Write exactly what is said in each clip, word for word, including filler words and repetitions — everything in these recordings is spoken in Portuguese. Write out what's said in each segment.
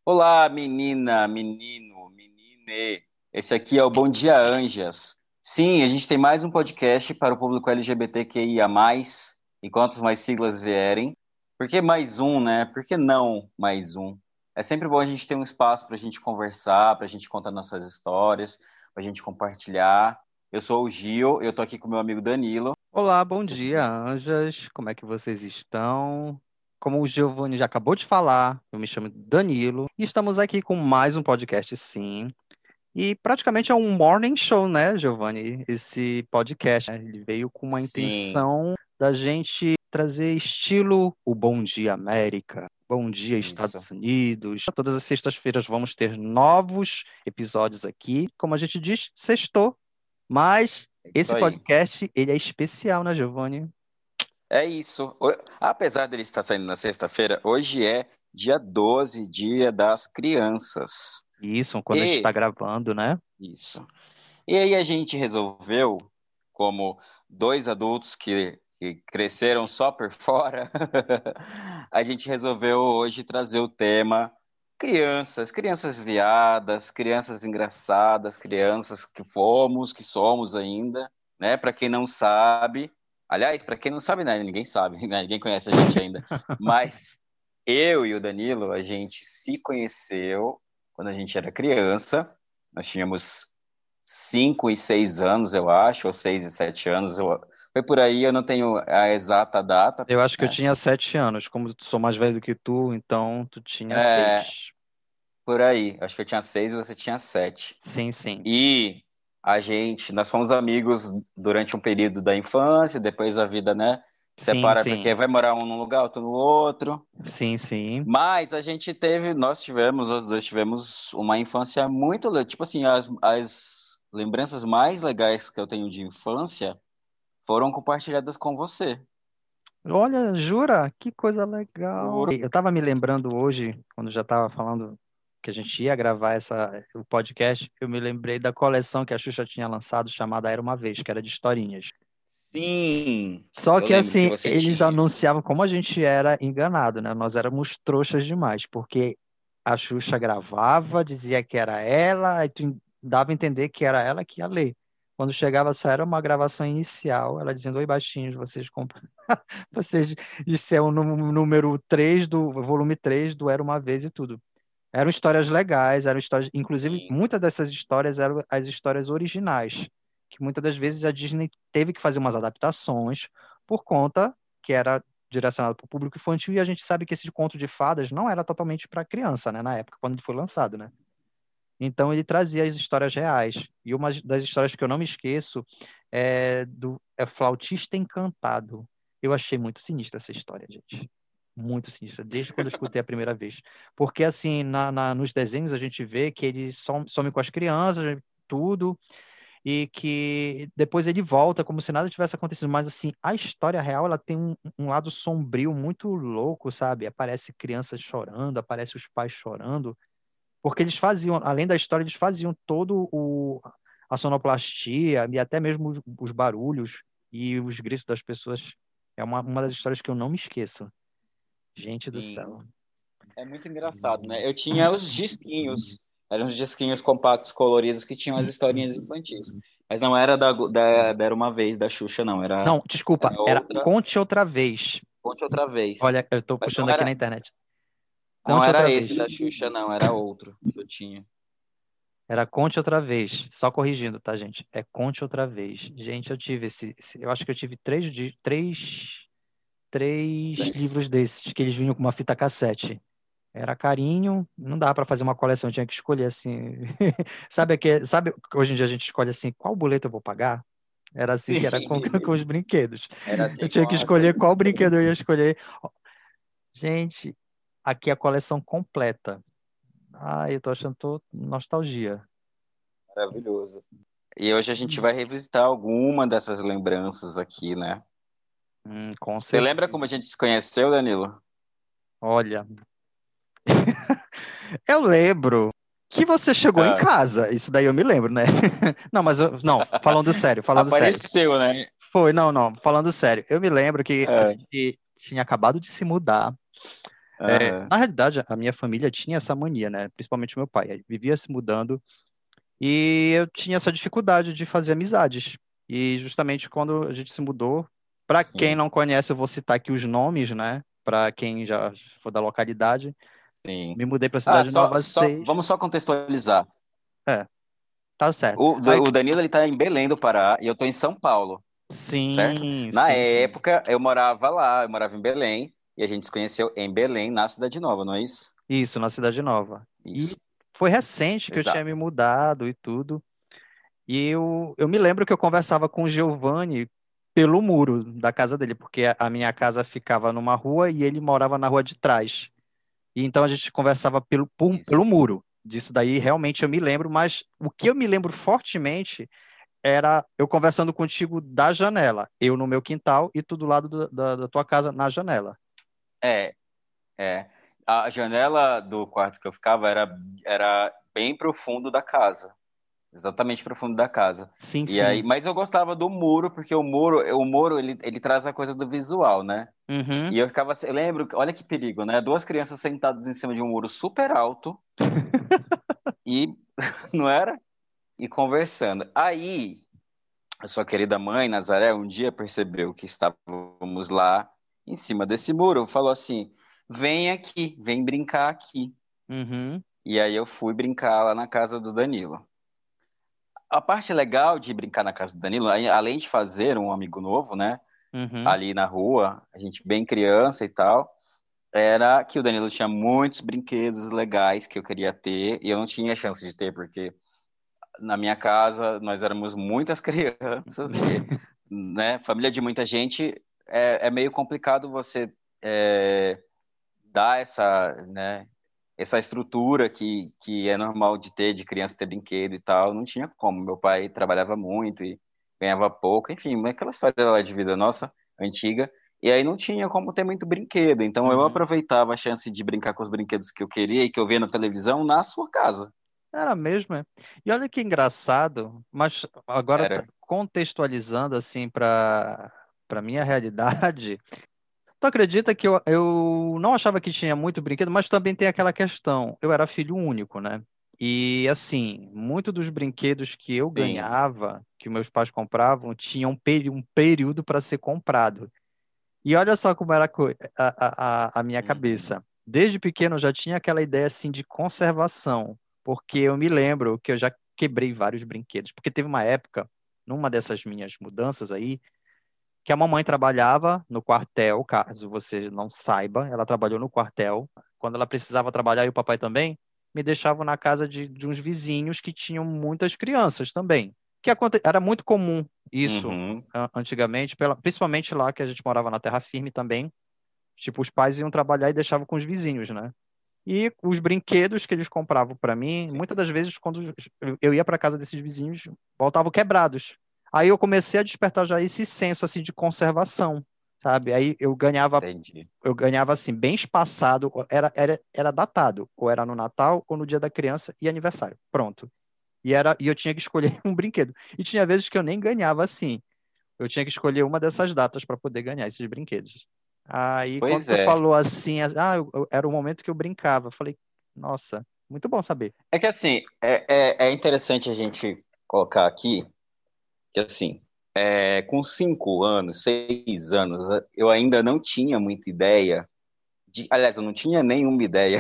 Olá, menina, menino, menine. Esse aqui é o Bom Dia Anjas. Sim, a gente tem mais um podcast para o público L G B T Q I A mais, e quantas mais siglas vierem. Por que mais um, né? Por que não mais um? É sempre bom a gente ter um espaço para a gente conversar, para a gente contar nossas histórias, para a gente compartilhar. Eu sou o Gil, eu tô aqui com meu amigo Danilo. Olá, bom Seja dia, anjas. Como é que vocês estão? Como o Giovanni já acabou de falar, eu me chamo Danilo e estamos aqui com mais um podcast, sim. E praticamente é um morning show, né, Giovanni? Esse podcast, né? Ele veio com uma sim, intenção da gente trazer estilo o Bom Dia América, Bom Dia isso. Estados Unidos. Todas as sextas-feiras vamos ter novos episódios aqui. Como a gente diz, sextou. Mas É isso esse aí. podcast, ele é especial, né, Giovanni? É isso. O- Apesar dele estar saindo na sexta-feira, hoje é dia doze, dia das crianças. Isso, quando a gente está E gravando, né? isso. E aí a gente resolveu, como dois adultos que, que cresceram só por fora, a gente resolveu hoje trazer o tema crianças, crianças viadas, crianças engraçadas, crianças que fomos, que somos ainda, né? Para quem não sabe, aliás, para quem não sabe, né? Ninguém sabe, né? Ninguém conhece a gente ainda, mas eu e o Danilo, a gente se conheceu quando a gente era criança. Nós tínhamos cinco e seis anos, eu acho, ou seis e sete anos. Eu... Foi por aí, eu não tenho a exata data, Eu acho que eu né? tinha sete anos. Como eu sou mais velho do que tu, então tu tinha É, seis. por aí. Acho que eu tinha seis e você tinha sete. Sim, sim. E a gente, nós fomos amigos durante um período da infância, depois a vida, né, Sim, separa porque sim. vai morar um num lugar, outro no outro. Sim, sim. Mas a gente teve, nós tivemos, os dois tivemos uma infância muito, le- tipo assim, as, as lembranças mais legais que eu tenho de infância foram compartilhadas com você. Olha, jura? Que coisa legal. Juro. Eu estava me lembrando hoje, quando já estava falando que a gente ia gravar essa, o podcast, eu me lembrei da coleção que a Xuxa tinha lançado chamada Era Uma Vez, que era de historinhas. Sim, Só eu que lembro que assim, você eles tinha. anunciavam como a gente era enganado, né? Nós éramos trouxas demais, porque a Xuxa gravava, dizia que era ela, aí tu dava a entender que era ela que ia ler. Quando chegava, só era uma gravação inicial, ela dizendo: Oi, baixinhos, vocês compram. Vocês, isso é o nú- número três do volume três do Era Uma Vez e tudo. Eram histórias legais, eram histórias, inclusive, Sim, muitas dessas histórias eram as histórias originais, que muitas das vezes a Disney teve que fazer umas adaptações por conta que era direcionado para o público infantil, e a gente sabe que esse conto de fadas não era totalmente para criança, né, na época, quando ele foi lançado, né? Então ele trazia as histórias reais. E uma das histórias que eu não me esqueço é do é Flautista Encantado. Eu achei muito sinistra essa história, gente. Muito sinistra, desde quando eu escutei a primeira vez. Porque, assim, na, na- nos desenhos a gente vê que ele some, some com as crianças, tudo, e que depois ele volta como se nada tivesse acontecido. Mas, assim, a história real, ela tem um, um lado sombrio muito louco, sabe? Aparece crianças chorando, aparece os pais chorando. Porque eles faziam, além da história, eles faziam todo o a sonoplastia e até mesmo os, os barulhos e os gritos das pessoas. É uma, uma das histórias que eu não me esqueço. Gente do sim. céu. É muito engraçado, né? Eu tinha os disquinhos, eram os disquinhos compactos coloridos que tinham as historinhas infantis. Mas não era da, da, da Era Uma Vez, da Xuxa, não. Era, Não, desculpa, era era outra. Conte Outra Vez. Conte outra vez. Olha, eu tô Mas puxando não aqui na era, internet. não Conte era Outra esse Vez. da Xuxa, não. Era outro que eu tinha. Era Conte Outra Vez. Só corrigindo, tá, gente? É Conte Outra Vez. Gente, eu tive esse, esse- eu acho que eu tive três, di- três, três livros desses que eles vinham com uma fita cassete. Era carinho, não dá para fazer uma coleção, tinha que escolher assim. Sabe que, sabe que hoje em dia a gente escolhe assim, qual boleto eu vou pagar? Era assim que era com, com os Sim. brinquedos. Era Eu assim tinha com que as coisas. escolher qual brinquedo eu ia escolher. Gente, aqui é a coleção completa. Ah, eu tô achando tô nostalgia. Maravilhoso. E hoje a gente vai revisitar alguma dessas lembranças aqui, né? Hum, com Você lembra certeza. como a gente se conheceu, Danilo? Olha, eu lembro que você chegou em Ah, casa. Isso daí eu me lembro, né? Não, mas eu, não, falando sério, falando sério. apareceu, né? Foi, não, não, falando sério. Eu me lembro que a Ah, gente tinha acabado de se mudar. É, Aham, na realidade, a minha família tinha essa mania, né? Principalmente meu pai. Ele vivia se mudando e eu tinha essa dificuldade de fazer amizades. E justamente quando a gente se mudou, para quem sim, não conhece, eu vou citar aqui os nomes, né? Para quem já for da localidade, sim. me mudei para a Ah, cidade só, Nova só, seis. vamos só contextualizar. É, tá certo. O, Aí, o Danilo, ele tá em Belém do Pará e eu tô em São Paulo, certo? sim, Na sim, sim. época, eu morava lá, eu morava em Belém, e a gente se conheceu em Belém, na Cidade Nova, não é isso? Isso, na cidade Nova. E Isso, foi recente que eu tinha me exato. mudado e tudo. E eu, eu me lembro que eu conversava com o Giovanni pelo muro da casa dele, porque a a minha casa ficava numa rua e ele morava na rua de trás. E então a gente conversava pelo, por- Isso. pelo muro. Disso daí realmente eu me lembro, mas o que eu me lembro fortemente era eu conversando contigo da janela, eu no meu quintal e tu do lado do- da, da tua casa na janela. É, é. A janela do quarto que eu ficava era, era bem pro fundo da casa. Exatamente pro fundo da casa. Sim, E aí, sim. mas eu gostava do muro, porque o muro, o muro ele, ele traz a coisa do visual, né? Uhum. E eu ficava, eu lembro, olha que perigo, né? Duas crianças sentadas em cima de um muro super alto e não era? E conversando. Aí, a sua querida mãe, Nazaré, um dia percebeu que estávamos lá em cima desse muro, falou assim: "Vem aqui, vem brincar aqui". Uhum. E aí eu fui brincar lá na casa do Danilo. A parte legal de brincar na casa do Danilo, aí, além de fazer um amigo novo, né, Uhum. ali na rua, a gente bem criança e tal, era que o Danilo tinha muitos brinquedos legais que eu queria ter e eu não tinha chance de ter, porque na minha casa nós éramos muitas crianças e, né, família de muita gente, é, é meio complicado você é, dar essa, né, essa estrutura que, que é normal de ter, de criança ter brinquedo e tal, não tinha como. Meu pai trabalhava muito e ganhava pouco, enfim, aquela história lá de vida nossa, antiga, e aí não tinha como ter muito brinquedo. Então eu Uhum. aproveitava a chance de brincar com os brinquedos que eu queria e que eu via na televisão na sua casa. Era mesmo, é. E olha que engraçado, mas agora tá Era. contextualizando assim para para minha realidade. Tu acredita que eu, eu não achava que tinha muito brinquedo, mas também tem aquela questão. Eu era filho único, né? E assim, muito dos brinquedos que eu Sim. ganhava, que meus pais compravam, tinham um, peri- um período para ser comprado. E olha só como era a, co- a, a, a minha Uhum. cabeça. Desde pequeno eu já tinha aquela ideia assim de conservação, porque eu me lembro que eu já quebrei vários brinquedos, porque teve uma época, numa dessas minhas mudanças aí, que a mamãe trabalhava no quartel, caso você não saiba, ela trabalhou no quartel. Quando ela precisava trabalhar, e o papai também, me deixavam na casa de, de uns vizinhos que tinham muitas crianças também. Que aconte... Era muito comum isso Uhum. a- antigamente, pela- principalmente lá que a gente morava na terra firme também. Tipo, os pais iam trabalhar e deixavam com os vizinhos, né? E os brinquedos que eles compravam para mim, Sim. muitas das vezes, quando eu eu ia para casa desses vizinhos, voltavam quebrados. Aí eu comecei a despertar já esse senso assim de conservação, sabe? Aí eu ganhava, Entendi. eu ganhava assim bem espaçado, era, era, era datado, ou era no Natal ou no Dia da Criança e aniversário. Pronto. E era e eu tinha que escolher um brinquedo. E tinha vezes que eu nem ganhava assim. Eu tinha que escolher uma dessas datas para poder ganhar esses brinquedos. Aí, quando Pois tu é. falou assim, ah, eu- eu- era o momento que eu brincava, eu falei, nossa, muito bom saber. É que assim, é, é, é interessante a gente colocar aqui que assim, é, com cinco anos, seis anos, eu ainda não tinha muita ideia de, aliás, eu não tinha nenhuma ideia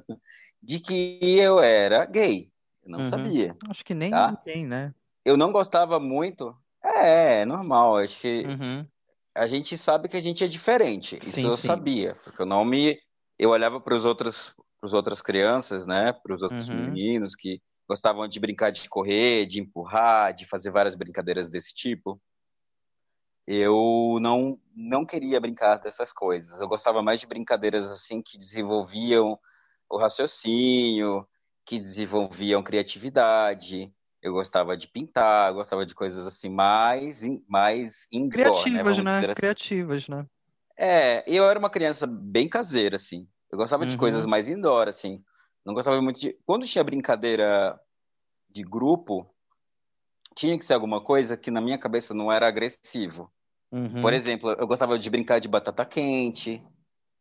de que eu era gay. Eu não Uhum. sabia, Acho que nem tá? ninguém, né? Eu não gostava muito. É, é normal. Acho que Uhum. a gente sabe que a gente é diferente. Isso Sim, eu sim. sabia, porque eu não me, eu olhava para os outros, para as outras crianças, né? Para os outros Uhum. meninos que gostavam de brincar de correr, de empurrar, de fazer várias brincadeiras desse tipo. Eu não não queria brincar dessas coisas. Eu gostava mais de brincadeiras assim que desenvolviam o raciocínio, que desenvolviam criatividade. Eu gostava de pintar, eu gostava de coisas assim mais in- mais indoor, né? Criativas, Vamos né? dizer assim. Criativas, né? É, eu era uma criança bem caseira assim. Eu gostava de coisas Uhum. mais indoor assim. Não gostava muito de quando tinha brincadeira de grupo, tinha que ser alguma coisa que na minha cabeça não era agressivo. Por Uhum. exemplo, eu gostava de brincar de batata quente,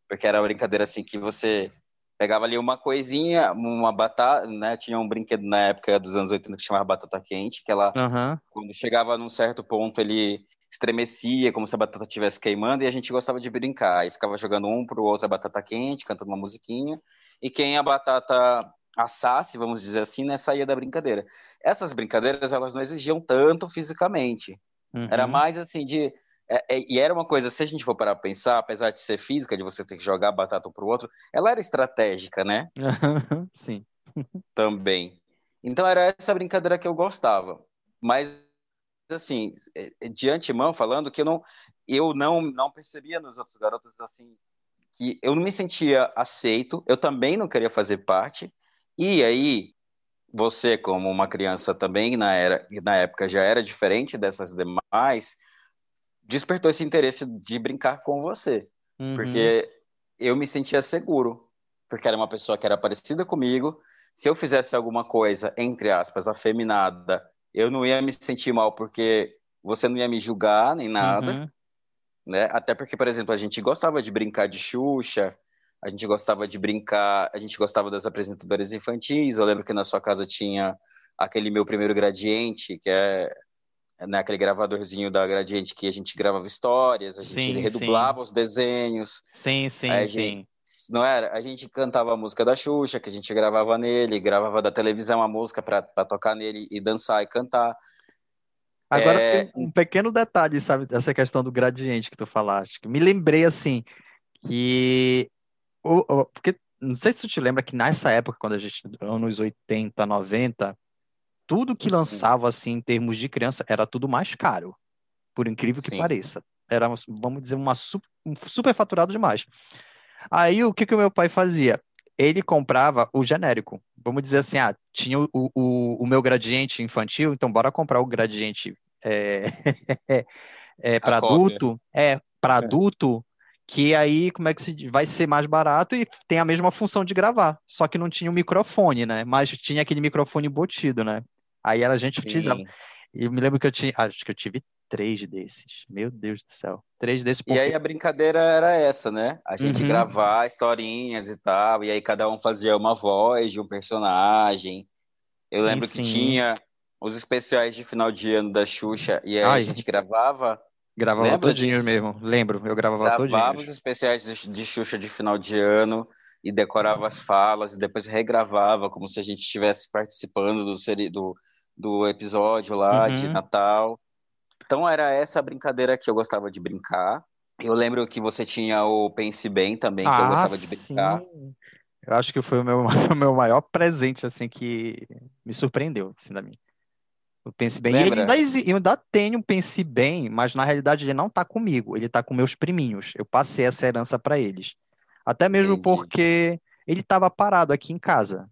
porque era uma brincadeira assim que você pegava ali uma coisinha, uma batata, né? Tinha um brinquedo na época dos anos oitenta que chamava batata quente, que ela, Aham. quando chegava num certo ponto, ele estremecia, como se a batata estivesse queimando, e a gente gostava de brincar. E ficava jogando um pro outro a batata quente, cantando uma musiquinha, e quem a batata assasse, vamos dizer assim, né, saía da brincadeira. Essas brincadeiras, elas não exigiam tanto fisicamente. Era Uhum. mais assim de. É, é, e era uma coisa, se a gente for parar pra pensar, apesar de ser física, de você ter que jogar a batata um pro outro, ela era estratégica, né? Sim. Também. Então era essa brincadeira que eu gostava. Mas, assim, é, é, de antemão falando que eu não, eu não, não percebia nos outros garotos, assim, que eu não me sentia aceito, eu também não queria fazer parte. E aí, você, como uma criança também, na, era, na época já era diferente dessas demais, despertou esse interesse de brincar com você. Uhum. Porque eu me sentia seguro, porque era uma pessoa que era parecida comigo. Se eu fizesse alguma coisa, entre aspas, afeminada, eu não ia me sentir mal, porque você não ia me julgar nem nada, Uhum. né? Até porque, por exemplo, a gente gostava de brincar de Xuxa, a gente gostava de brincar, a gente gostava das apresentadoras infantis. Eu lembro que na sua casa tinha aquele Meu Primeiro Gradiente, que é, né, aquele gravadorzinho da Gradiente que a gente gravava histórias, a gente Sim, sim. sim, os desenhos. Sim, Aí sim, a gente, sim. não era? A gente cantava a música da Xuxa, que a gente gravava nele, gravava da televisão a música para tocar nele e dançar e cantar. Agora tem É, um um pequeno detalhe, sabe, dessa questão do gradiente que tu falaste, que me lembrei assim, que o, o- porque não sei se tu te lembra que nessa época, quando a gente, anos oitenta noventa, tudo que sim, lançava assim em termos de criança era tudo mais caro, por incrível que sim, pareça. Era, vamos dizer, uma, su- um super faturado demais. Aí o que que o meu pai fazia? Ele comprava o genérico. Vamos dizer assim, ah, tinha o, o, o meu gradiente infantil, então bora comprar o gradiente é, é, a para cópia. adulto, é para adulto, que aí como é que se diz? Vai ser mais barato e tem a mesma função de gravar, só que não tinha o microfone, né? Mas tinha aquele microfone embutido, né? Aí era, a gente utilizava. Sim. E eu me lembro que eu tinha, acho que eu tive três desses. Meu Deus do céu, três desses E aí porque. a brincadeira era essa, né? A gente Uhum, gravar historinhas e tal, e aí cada um fazia uma voz de um personagem. Eu sim, lembro que sim. tinha os especiais de final de ano da Xuxa, e aí a Ai, gente gravava. gravava Lembra todinhos disso? mesmo. Lembro, eu gravava Gravava os todinhos. especiais de, de Xuxa de final de ano e decorava as falas e depois regravava como se a gente estivesse participando do, seri- do, do episódio lá de Uhum. Natal. Então era essa a brincadeira que eu gostava de brincar. Eu lembro que você tinha o Pense Bem também, que eu Ah, gostava de brincar. sim. Eu acho que foi o meu, o meu maior presente, assim, que me surpreendeu, assim, da minha. Eu Pense Bem. E ele Lembra? ainda, exi- eu ainda tenho um Pense Bem, mas na realidade ele não tá comigo, ele tá com meus priminhos. Eu passei essa herança para eles. Até mesmo Entendi. porque ele estava parado aqui em casa.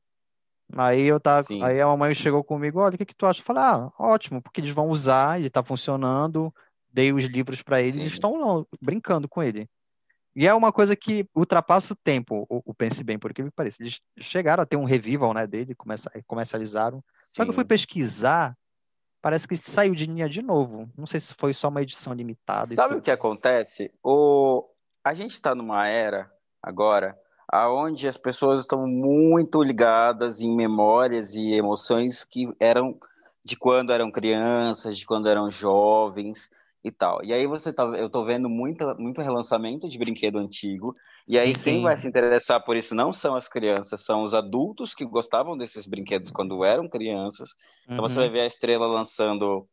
Aí eu tá, Sim, aí a mamãe chegou comigo, olha, o que que tu acha? Eu falei, ah, ótimo, porque eles vão usar, ele tá funcionando. Dei os livros para eles, eles sim. estão lá brincando com ele. E é uma coisa que ultrapassa o tempo, o, o Pense Bem, por incrível que pareça. Eles chegaram a ter um revival, né, dele, começa, comercializaram. Só que eu fui Sim. pesquisar, parece que saiu de linha de novo. Não sei se foi só uma edição limitada e Sabe o tudo. que acontece? O... A gente está numa era agora aonde as pessoas estão muito ligadas em memórias e emoções que eram de quando eram crianças, de quando eram jovens e tal. E aí você tá, eu tô vendo muito, muito relançamento de brinquedo antigo. E Sim, aí quem vai se sim. interessar por isso não são as crianças, são os adultos que gostavam desses brinquedos quando eram crianças. Então você vai Uhum. ver a Estrela lançando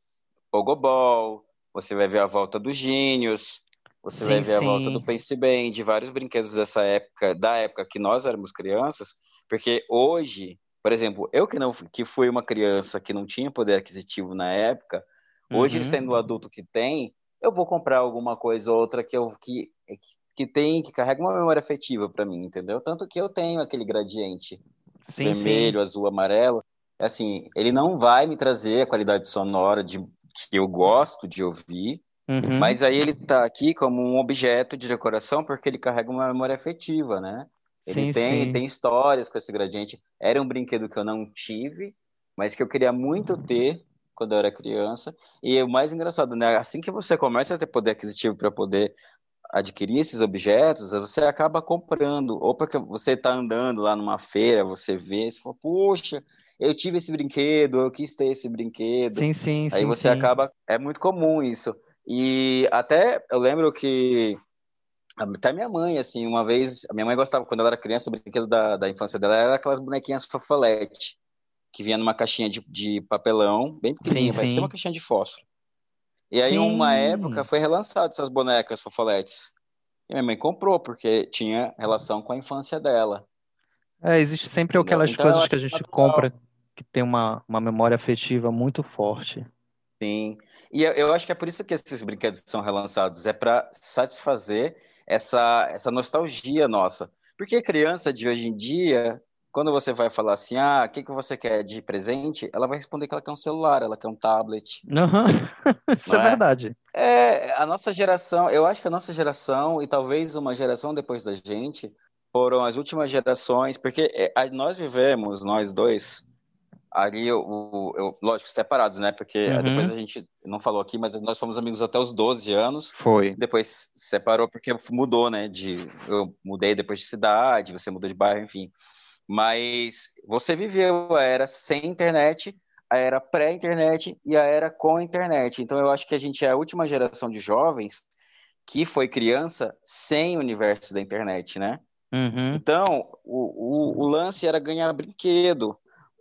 Pogobol, você vai ver a volta dos Gênios, você vai Sim, ver a volta do sim. Pense Bem, de vários brinquedos dessa época, da época que nós éramos crianças, porque hoje, por exemplo, eu que não que fui uma criança que não tinha poder aquisitivo na época, hoje Uhum. sendo o adulto que tem, eu vou comprar alguma coisa ou outra que eu que que tem, que carrega uma memória afetiva para mim, entendeu? Tanto que eu tenho aquele gradiente Sim, sim. vermelho, azul, amarelo. Assim, ele não vai me trazer a qualidade sonora de, que eu gosto de ouvir, Uhum. mas aí ele está aqui como um objeto de decoração porque ele carrega uma memória afetiva, né? Ele Sim, tem, sim. tem histórias com esse gradiente. Era um brinquedo que eu não tive, mas que eu queria muito ter quando eu era criança. E o mais engraçado, né? Assim que você começa a ter poder aquisitivo para poder adquirir esses objetos, você acaba comprando, ou porque você está andando lá numa feira, você vê, você fala, puxa, eu tive esse brinquedo, eu quis ter esse brinquedo, Sim, sim, aí sim, você sim. acaba, é muito comum isso, e até eu lembro que até minha mãe, assim, uma vez, a minha mãe gostava, quando ela era criança, o brinquedo da, da infância dela era aquelas bonequinhas fofolete, que vinha numa caixinha de, de papelão, bem Sim, pequenininha, parecia uma sim. caixinha de fósforo. E aí, uma época, Sim. foi relançado essas bonecas fofoletes. E minha mãe comprou, porque tinha relação com a infância dela, É, existe sempre entendeu? aquelas Então, eu coisas acho que a gente natural, compra que tem uma, uma memória afetiva muito forte. sim. E eu, eu acho que é por isso que esses brinquedos são relançados, é para satisfazer essa, essa nostalgia nossa. Porque criança de hoje em dia, quando você vai falar assim, ah, o que que você quer de presente? Ela vai responder que ela quer um celular, ela quer um tablet, Aham. Isso é não é? verdade. É, a nossa geração, eu acho que a nossa geração, e talvez uma geração depois da gente, foram as últimas gerações, porque é, a- nós vivemos, nós dois, ali, eu, eu- lógico, separados, né? Porque depois Uhum. a gente não falou aqui, mas nós fomos amigos até os doze anos, Foi. depois separou porque mudou, né? De, eu mudei depois de cidade, você mudou de bairro, enfim. Mas você viveu a era sem internet, a era pré-internet e a era com internet. Então eu acho que a gente é a última geração de jovens que foi criança sem o universo da internet, né? Uhum. Então o, o, o lance era ganhar brinquedo,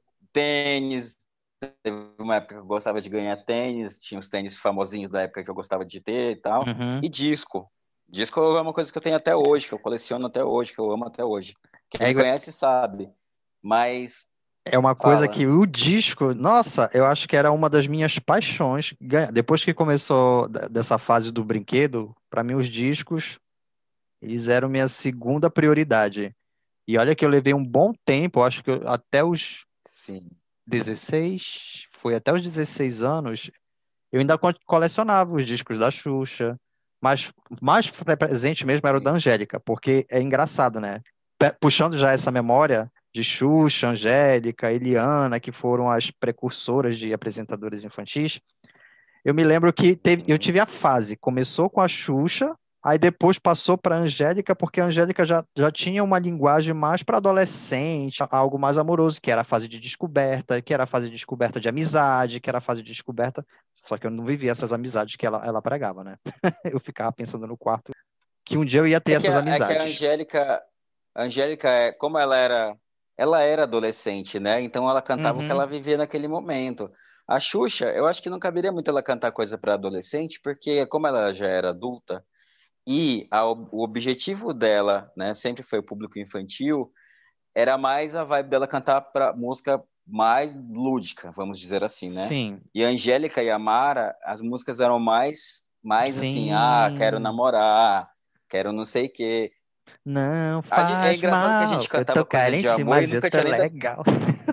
tênis. Teve uma época que eu gostava de ganhar tênis, tinha os tênis famosinhos da época que eu gostava de ter e tal, Uhum. e disco. Disco é uma coisa que eu tenho até hoje, que eu coleciono até hoje, que eu amo até hoje. Quem É, me conhece sabe. Mas é uma coisa fala. que o disco, nossa, eu acho que era uma das minhas paixões. Ganha- Depois que começou d- dessa fase do brinquedo, para mim os discos, eles eram minha segunda prioridade. E olha que eu levei um bom tempo, eu acho que eu- até os Sim. dezesseis, foi até os dezesseis anos, eu ainda co- colecionava os discos da Xuxa, mas mais presente mesmo era o da Sim. Angélica, porque é engraçado, né? Pe- Puxando já essa memória de Xuxa, Angélica, Eliana, que foram as precursoras de apresentadores infantis, eu me lembro que teve, eu Uhum. tive a fase, começou com a Xuxa, aí depois passou para a Angélica, porque a Angélica já, já tinha uma linguagem mais para adolescente, algo mais amoroso, que era a fase de descoberta, que era a fase de descoberta de amizade, que era a fase de descoberta. Só que eu não vivia essas amizades que ela, ela pregava, né? Eu ficava pensando no quarto que um dia eu ia ter É que essas a, é que a amizades. Angélica, a Angélica é, como ela era, ela era adolescente, né? Então ela cantava o que Uhum, ela vivia naquele momento. A Xuxa, eu acho que não caberia muito ela cantar coisa para adolescente, porque como ela já era adulta e a- o objetivo dela, né, sempre foi o público infantil, era mais a vibe dela cantar para música mais lúdica, vamos dizer assim, né? sim, E a Angélica e a Mara, as músicas eram mais, mais assim, ah, quero sim. namorar, quero não sei o quê. Não A gen- é faz engraçado que a gente mal, eu tô cantava coisa de carente, amor e mas eu nunca tô tinha nem dado. legal.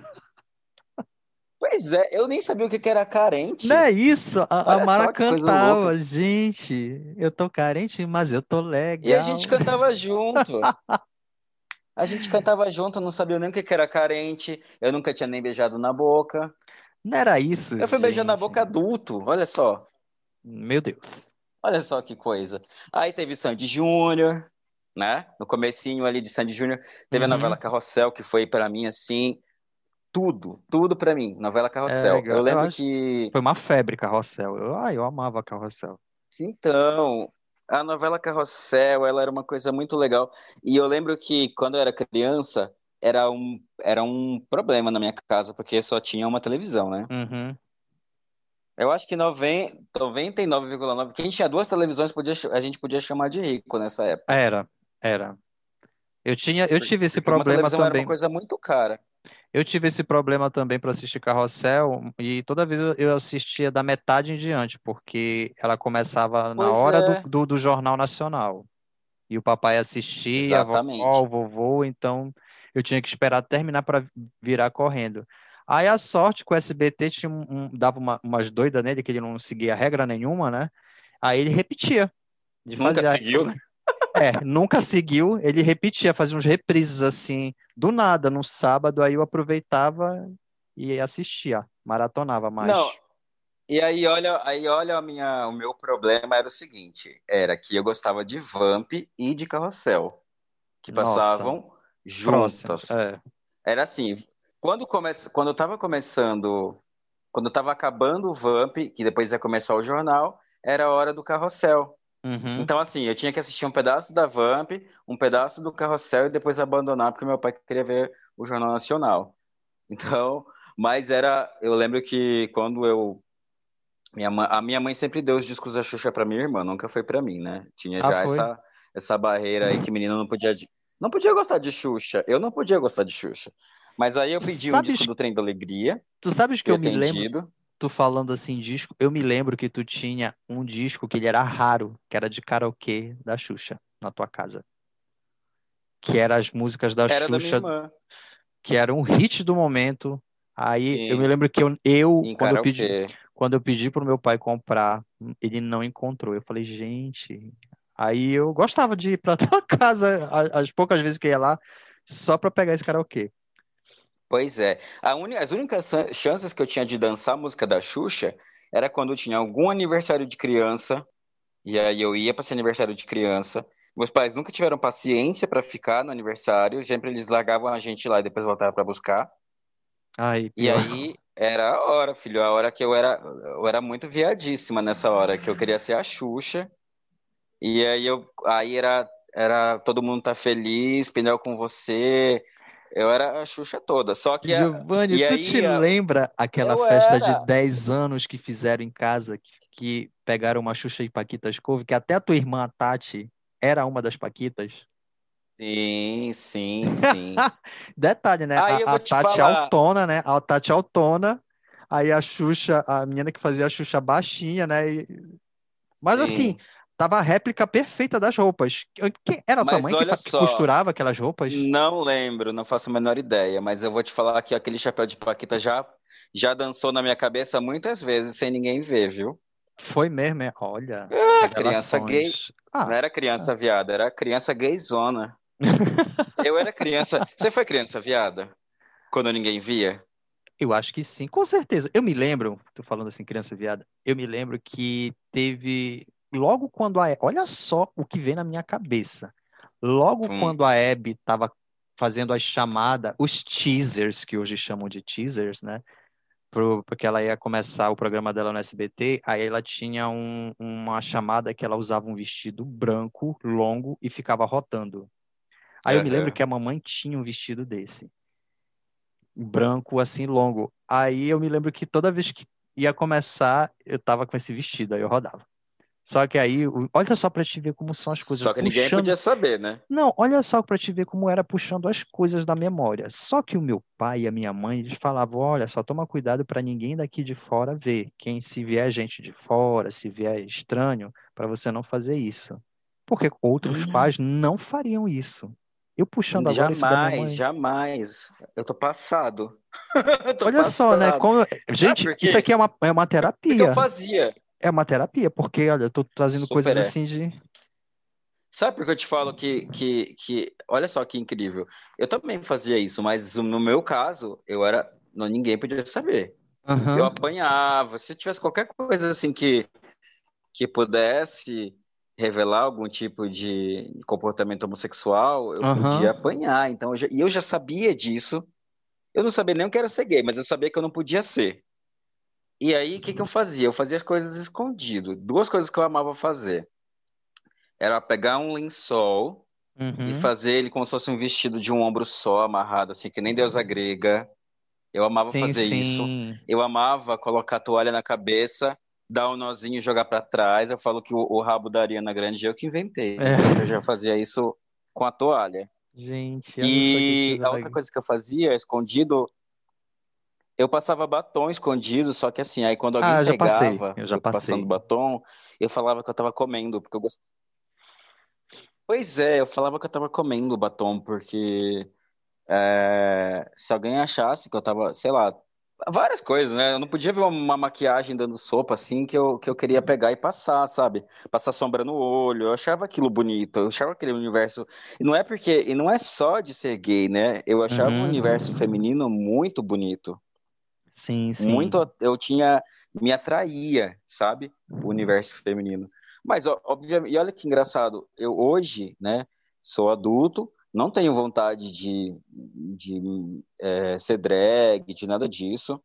Pois é, eu nem sabia o que que era Não carente. é isso? A, a Olha Mara só que coisa louca. cantava, gente, eu tô carente, mas eu tô E a gente legal. cantava junto. A gente cantava junto, não sabia nem o que que era carente. Eu nunca tinha nem beijado na boca. Não era isso, Eu fui beijar na gente. boca adulto, olha só. Meu Deus. Olha só que coisa. Aí teve Sandy Júnior, né? No comecinho ali de Sandy Júnior, teve a novela Uhum. Carrossel, que foi pra mim assim, tudo, tudo pra mim, novela É, Carrossel. legal. Eu Eu lembro acho que que, foi uma febre Carrossel. Eu, ai, eu amava Carrossel. então, a novela Carrossel, ela era uma coisa muito legal. E eu lembro que quando eu era criança, era um, era um problema na minha casa, porque só tinha uma televisão, né? Uhum. Eu acho que noventa noventa e nove vírgula nove, quem tinha duas televisões podia, ch- a gente podia chamar de rico nessa época. Era, era. Eu tinha, eu Por- tive esse Porque uma problema televisão era uma também. coisa muito cara. Eu tive esse problema também para assistir Carrossel e toda vez eu eu assistia da metade em diante, porque ela começava na Pois hora do, é, do, do Jornal Nacional. E o papai assistia, a vovó, o exatamente. vovô, então eu tinha que esperar terminar para virar correndo. Aí a sorte que o S B T tinha um, um- dava uma- umas doidas nele, que ele não seguia regra nenhuma, né? Aí ele repetia, ele Nunca fazia, seguiu, né? é, nunca seguiu, ele repetia, fazia uns reprises assim, do nada, no sábado, aí eu aproveitava e assistia, maratonava Não, mais. E aí, olha, aí, olha a minha, o meu problema era o seguinte, era que eu gostava de Vamp e de Carrossel, que Nossa, passavam próximos. juntas. É. Era assim, quando, come... quando eu tava começando, quando eu tava acabando o Vamp, que depois ia começar o jornal, era a hora do Carrossel. Uhum. Então, assim, eu tinha que assistir um pedaço da Vamp, um pedaço do Carrossel e depois abandonar, porque meu pai queria ver o Jornal Nacional. Então, mas era, eu lembro que quando eu minha mãe, a minha mãe sempre deu os discos da Xuxa pra minha irmã, nunca foi pra mim, né? Tinha Ah, já foi. essa essa barreira aí que menino não podia de- não podia gostar de Xuxa. Eu não podia gostar de Xuxa. Mas aí eu Tu pedi um disco sabes, do Trem da Alegria, tu sabes que fui eu me lembro, atendido. tu falando assim disco, eu me lembro que tu tinha um disco que ele era raro, que era de karaokê da Xuxa, na tua casa. Que eram as músicas da Era da minha Xuxa, irmã, que era um hit do momento. Aí eu me sim, lembro que eu, eu em quando eu pedi, karaokê. quando eu pedi pro meu pai comprar, ele não encontrou. Eu falei, gente. Aí eu gostava de ir pra tua casa, a- as poucas vezes que eu ia lá, só pra pegar esse karaokê. Pois é. A uni- As únicas san- chances que eu tinha de dançar a música da Xuxa era quando tinha algum aniversário de criança, e aí eu ia para esse aniversário de criança. Meus pais nunca tiveram paciência para ficar no aniversário, sempre eles largavam a gente lá e depois voltavam para buscar. Aí, E pior. aí era a hora, filho, a hora que eu era, eu era muito viadíssima nessa hora, que eu queria ser a Xuxa. E aí eu, aí era, era todo mundo tá feliz, pneu com você. Eu era a Xuxa toda. Só que a, Giovanni, e tu te aí a- lembra aquela eu festa de era. dez anos que fizeram em casa, que, que pegaram uma Xuxa e Paquitas Couve, que até a tua irmã, a Tati, era uma das Paquitas? Sim, sim, sim. Detalhe, né? Aí eu A, a vou te Tati falar. altona, né? A Tati altona, aí a Xuxa, a menina que fazia a Xuxa baixinha, né? E- Mas assim, Sim. tava a réplica perfeita das roupas. Quem era a tua Mas mãe que, olha fa- que só, costurava aquelas roupas? não lembro, não faço a menor ideia, mas eu vou te falar que aquele chapéu de Paquita já, já dançou na minha cabeça muitas vezes sem ninguém ver, viu? Foi mesmo, é? Olha, Ah, criança gay. revelações. Não Ah, era criança viada, era criança gayzona. Eu era criança. Você foi criança viada? Quando ninguém via? eu acho que sim, com certeza. Eu me lembro, tô falando assim, criança viada, eu me lembro que teve, logo quando a, olha só o que vem na minha cabeça. Logo Hum, quando a Abby estava fazendo a chamada, os teasers, que hoje chamam de teasers, né? Pro, porque ela ia começar o programa dela no S B T, aí ela tinha um- uma chamada que ela usava um vestido branco, longo, e ficava rotando. Aí eu me lembro aham. que a mamãe tinha um vestido desse branco assim longo. Aí eu me lembro que toda vez que ia começar, eu tava com esse vestido, aí eu rodava. Só que aí, o- olha só pra te ver como são as coisas, Só que ninguém puxando. podia saber, né? Não, olha só pra te ver como era puxando as coisas da memória. Só que o meu pai e a minha mãe, eles falavam, olha, só toma cuidado pra ninguém daqui de fora ver. Quem se vier gente de fora, se vier estranho, pra você não fazer isso. Porque outros pais não fariam isso. Eu puxando agora isso da minha Jamais, mãe. jamais. Eu tô passado. Eu tô Olha só, né? passado. Como... Sabe Gente, por isso quê? aqui é uma, é uma Porque eu terapia. fazia. É uma terapia, porque, olha, eu tô trazendo Super coisas é. assim de. Sabe por que eu te falo que, que, que... Olha só que incrível. Eu também fazia isso, mas no meu caso, eu era... Não, ninguém podia saber. Eu Aham. apanhava. Se tivesse qualquer coisa assim que, que pudesse revelar algum tipo de comportamento homossexual, eu Aham. podia apanhar. Então, eu já- e eu já sabia disso. Eu não sabia nem o que era ser gay, mas eu sabia que eu não podia ser. E aí, o que que eu fazia? Eu fazia as coisas escondido. Duas coisas que eu amava fazer. Era pegar um lençol e Uhum. fazer ele como se fosse um vestido de um ombro só, amarrado, assim, que nem deusa grega. Eu amava Sim, fazer isso. sim. Eu amava colocar a toalha na cabeça, dar um nozinho e jogar pra trás. Eu falo que o, o rabo da Ariana Grande eu que inventei, porque eu É. já fazia isso com a toalha. Gente, olha só que E coisa a outra legal. coisa que eu fazia, escondido, eu passava batom escondido, só que assim, aí quando alguém Ah, eu já passei. pegava Eu já eu passando passei. batom, eu falava que eu tava comendo, porque eu gostava. Pois é, eu falava que eu tava comendo batom, porque é, se alguém achasse que eu tava, sei lá, várias coisas, né? Eu não podia ver uma, uma maquiagem dando sopa assim que eu, que eu queria pegar e passar, sabe? Passar sombra no olho. Eu achava aquilo bonito, eu achava aquele universo. E não é porque, e não é só de ser gay, né? Eu achava o Uhum. universo feminino muito bonito. Sim, Muito, sim. eu tinha me atraía, sabe? O universo feminino. Mas, ó, obviamente, e olha que engraçado, eu hoje, né, sou adulto, não tenho vontade de, de é, ser drag, de nada disso.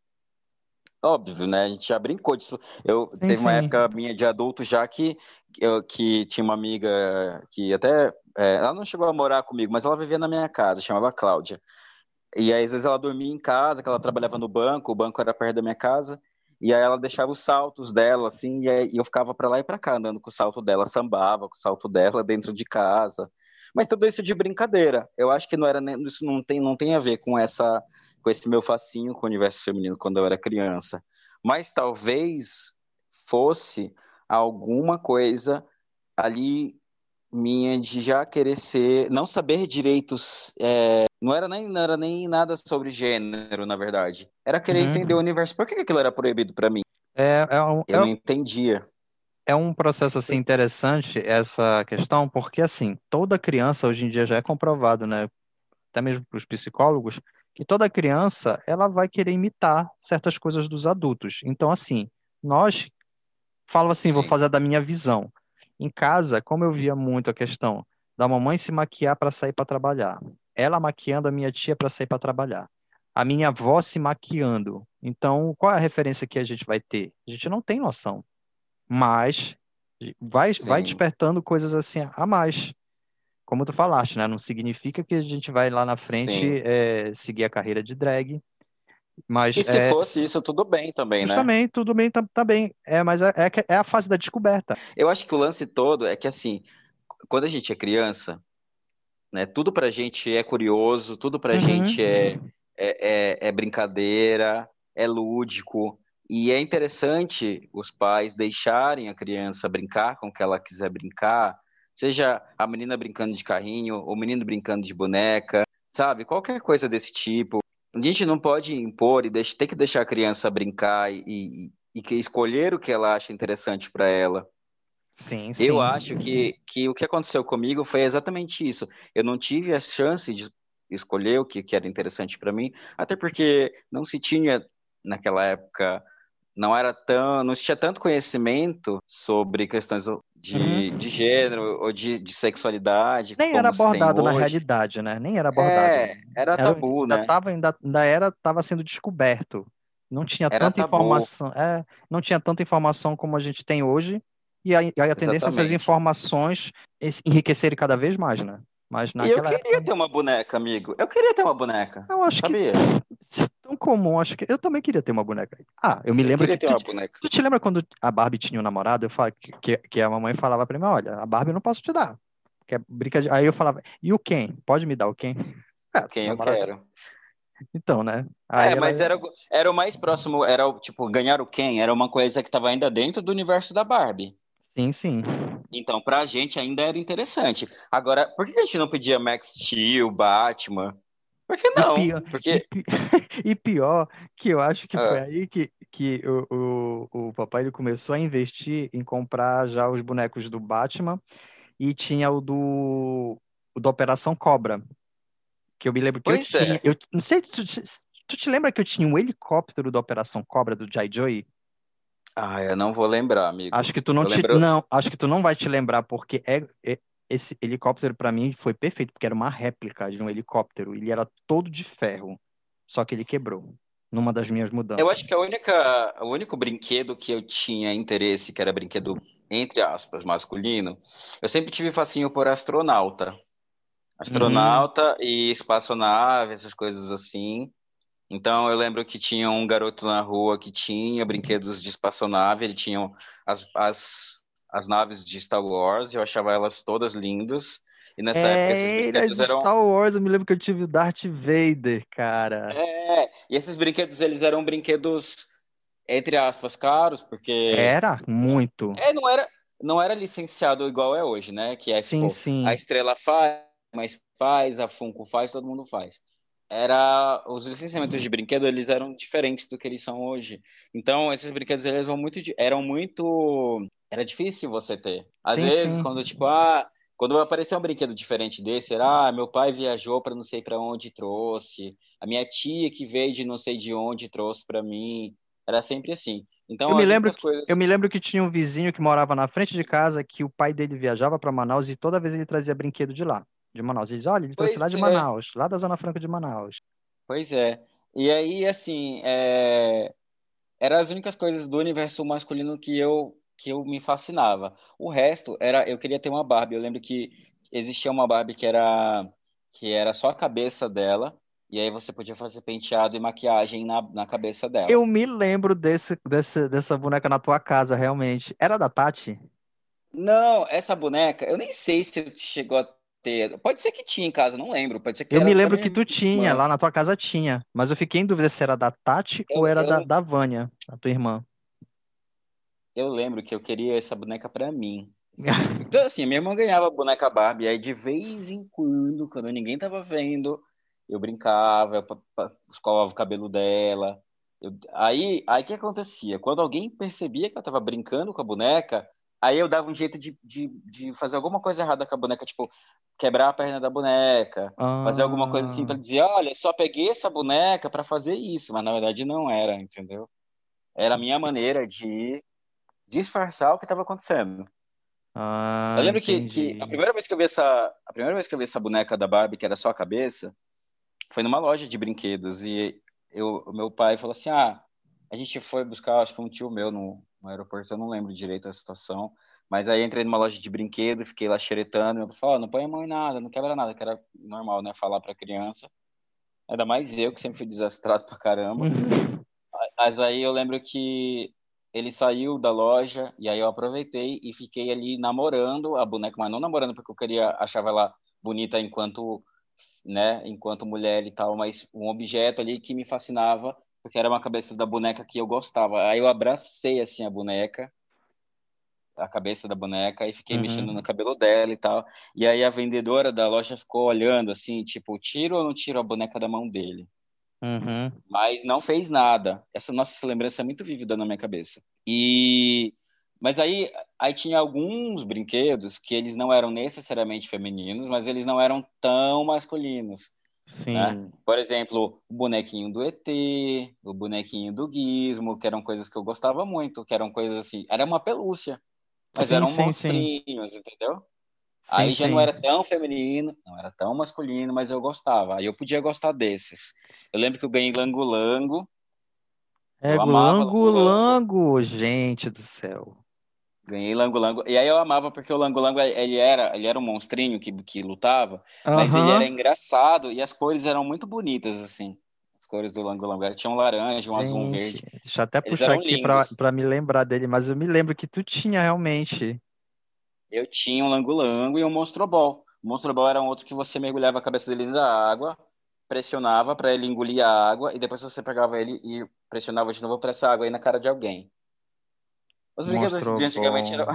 Óbvio, né? A gente já brincou disso. Eu Sim, teve uma sim. época minha de adulto já que eu, que tinha uma amiga que até é, ela não chegou a morar comigo, mas ela vivia na minha casa, chamava Cláudia. E aí às vezes ela dormia em casa, que ela trabalhava no banco, o banco era perto da minha casa. E aí ela deixava os saltos dela assim, e aí eu ficava para lá e para cá andando com o salto dela, sambava com o salto dela dentro de casa. Mas tudo isso de brincadeira. Eu acho que não era nem- isso não tem não tem a ver com essa com esse meu fascínio com o universo feminino quando eu era criança. Mas talvez fosse alguma coisa ali minha de já querer ser, não saber direitos, é, não era nem, não era nem nada sobre gênero, na verdade. Era querer entender o Uhum. universo. Por que que aquilo era proibido pra mim? É, é, um, Eu é, não entendia. é um processo assim interessante essa questão, porque assim, toda criança hoje em dia já é comprovado, né? Até mesmo para os psicólogos, que toda criança ela vai querer imitar certas coisas dos adultos. Então, assim, nós, falo assim, vou Sim. fazer da minha visão. Em casa, como eu via muito a questão da mamãe se maquiar para sair para trabalhar, ela maquiando a minha tia para sair para trabalhar, a minha avó se maquiando. Então, qual é a referência que a gente vai ter? A gente não tem noção, mas vai, vai Sim. despertando coisas assim a mais. Como tu falaste, né? Não significa que a gente vai lá na frente Sim. é, seguir a carreira de drag, mas E se é, fosse isso, tudo bem também, né? justamente tudo bem, tá, tá bem. É, mas é, é, que- é a fase da descoberta. Eu acho que o lance todo é que, assim, quando a gente é criança, né, tudo pra gente é curioso, tudo pra gente é, Uhum. é, é, é brincadeira, é lúdico. E é interessante os pais deixarem a criança brincar com o que ela quiser brincar, seja a menina brincando de carrinho, o menino brincando de boneca, sabe? Qualquer coisa desse tipo. A gente não pode impor e deixa, tem que deixar a criança brincar e, e, e que escolher o que ela acha interessante para ela. Sim, Eu sim. acho que, que o que aconteceu comigo foi exatamente isso. Eu não tive a chance de escolher o que, que era interessante para mim, até porque não se tinha, naquela época, não era tão, não se tinha tanto conhecimento sobre questões de, Uhum. de gênero ou de, de sexualidade, Nem era como se tem abordado na hoje. realidade, né? Nem era abordado. É, era Era, tabu, ainda né? tava, ainda, ainda era, estava sendo descoberto. Não tinha Era tanta tabu, informação, é, não tinha tanta informação como a gente tem hoje. E aí, aí a tendência é essas exatamente. informações es- enriquecerem cada vez mais, né? Mas E eu naquela época, queria ter uma boneca, amigo. Eu queria ter uma boneca, eu acho que sabia? isso é tão comum, acho que eu também queria ter uma boneca. Ah, eu me Eu lembro queria que ter tu, uma boneca. tu te lembra quando a Barbie tinha um namorado? Eu falo que, que, que a mamãe falava pra mim, olha, a Barbie eu não posso te dar. Que é brincadeira. Aí eu falava, e o Ken? Pode me dar o Ken? Cara, Quem eu namorado. quero. Então, né? Aí É, ela, mas era, era o mais próximo, era o, tipo, ganhar o Ken, era uma coisa que estava ainda dentro do universo da Barbie. sim, sim. Então, pra gente ainda era interessante. Agora, por que a gente não pedia Max Steel, Batman? Por que E não? pior, e, Porque, pi- e pior que eu acho que foi ah, aí que, que o, o, o papai ele começou a investir em comprar já os bonecos do Batman e tinha o do, o da Operação Cobra, que eu me lembro que eu pois tinha. é. Eu não sei, tu, tu, tu te lembra que eu tinha um helicóptero da Operação Cobra do G I. Joe? Ah, eu não vou lembrar, Acho amigo. que tu não Eu te. lembro. Não, acho que tu não vai te lembrar, porque é, é- esse helicóptero para mim foi perfeito, porque era uma réplica de um helicóptero. Ele era todo de ferro, só que ele quebrou numa das minhas Eu mudanças. acho que a única, o único brinquedo que eu tinha interesse, que era brinquedo, entre aspas, masculino, eu sempre tive facinho por astronauta. Uhum. Astronauta e espaçonave, essas coisas assim. Então eu lembro que tinha um garoto na rua que tinha brinquedos de espaçonave, ele tinha as, as, as naves de Star Wars, eu achava elas todas lindas. E nessa época esses É, nas brinquedos eram. Star Wars, eu me lembro que eu tive o Darth Vader, cara. É, e esses brinquedos eles eram brinquedos, entre aspas, caros, porque Era muito. é, não era, não era licenciado igual é hoje, né? Que é Sim, tipo, a sim. Estrela faz, mas faz, a Funko faz, todo mundo faz. Era os licenciamentos de brinquedo eles eram diferentes do que eles são hoje. Então esses brinquedos eles vão muito di- eram muito era difícil você ter. Às Sim, vezes sim. quando tipo ah quando aparecer um brinquedo diferente desse, era ah, meu pai viajou para não sei para onde e trouxe, a minha tia que veio de não sei de onde trouxe para mim. Era sempre assim. Então, Eu me as lembro únicas que, eu coisas. me lembro que tinha um vizinho que morava na frente de casa, que o pai dele viajava para Manaus e toda vez ele trazia brinquedo de lá, de Manaus. Ele dizia, olha, ele trouxe lá Pois de é, Manaus, lá da Zona Franca de Manaus. pois é. E aí, assim, é, eram as únicas coisas do universo masculino que eu, que eu me fascinava. O resto era, eu queria ter uma Barbie. Eu lembro que existia uma Barbie que era, que era só a cabeça dela, e aí você podia fazer penteado e maquiagem na, na cabeça dela. Eu me lembro desse, desse, dessa boneca na tua casa, realmente. Era da Tati? Não, essa boneca, eu nem sei se chegou a ter. Pode ser que tinha em casa, não lembro. Pode ser que Eu me era da lembro minha que tu tinha, irmã. lá na tua casa tinha, mas eu fiquei em dúvida se era da Tati ou Eu, era da, eu, da Vânia, a tua irmã. eu lembro que eu queria essa boneca pra mim. Então, assim, minha irmã ganhava boneca Barbie, aí de vez em quando, quando ninguém tava vendo, eu brincava, eu pa- pa- escovava o cabelo dela. Eu- aí, aí o que acontecia? Quando alguém percebia que eu tava brincando com a boneca, aí eu dava um jeito de, de, de fazer alguma coisa errada com a boneca, tipo, quebrar a perna da boneca, fazer alguma coisa assim pra Ah, dizer, olha, só peguei essa boneca pra fazer isso, mas na verdade não era, entendeu? Era a minha maneira de disfarçar o que estava acontecendo. Eu ah, lembro que, que a entendi. primeira vez que eu vi essa, a primeira vez que eu vi essa boneca da Barbie, que era só a cabeça, foi numa loja de brinquedos. E eu, o meu pai falou assim: ah, a gente foi buscar, acho que um tio meu no, no aeroporto, eu não lembro direito a situação. Mas aí entrei numa loja de brinquedo, fiquei lá xeretando. Meu pai falou: oh, não põe a mão em nada, não quebra nada, que era normal, né? Falar pra criança. Ainda mais eu, que sempre fui desastrado pra caramba. Mas aí eu lembro que ele saiu da loja e aí eu aproveitei e fiquei ali namorando a boneca, mas não namorando porque eu queria achava ela bonita enquanto, né, enquanto mulher e tal, mas um objeto ali que me fascinava, porque era uma cabeça da boneca que eu gostava. Aí eu abracei assim a boneca, a cabeça da boneca e fiquei mexendo no Uhum, cabelo dela e tal. E aí a vendedora da loja ficou olhando assim, tipo, tiro ou não tiro a boneca da mão dele? uhum. Mas não fez nada. Essa nossa lembrança é muito vívida na minha cabeça. E mas aí aí tinha alguns brinquedos que eles não eram necessariamente femininos, mas eles não eram tão masculinos, né? Sim, Por exemplo, o bonequinho do E T, o bonequinho do Gizmo, que eram coisas que eu gostava muito, que eram coisas assim, era uma pelúcia, mas sim, eram sim, sim, monstrinhos, entendeu? sim, Aí já não sim. era tão feminino, não era tão masculino, mas eu gostava. Aí eu podia gostar desses. Eu lembro que eu ganhei Lango Lango. É Eu amava Lango Lango. lango-lango, gente do céu. Ganhei Lango Lango. E aí eu amava porque o Lango Lango ele era, ele era um monstrinho que, que lutava, mas ele era Aham. engraçado e as cores eram muito bonitas assim. As cores do Lango Lango. Tinha um laranja, um azul, um Gente, verde. deixa eu até Eles puxar eram aqui pra, lindos. pra me lembrar dele, mas eu me lembro que tu tinha realmente. Eu tinha um Lango Lango e um Monstro Ball. O Monstro Ball era um outro que você mergulhava a cabeça dele na água, pressionava para ele engolir a água e depois você pegava ele e pressionava de novo para essa água aí na cara de alguém. Os brinquedos Mostrou de antigamente eram. bom.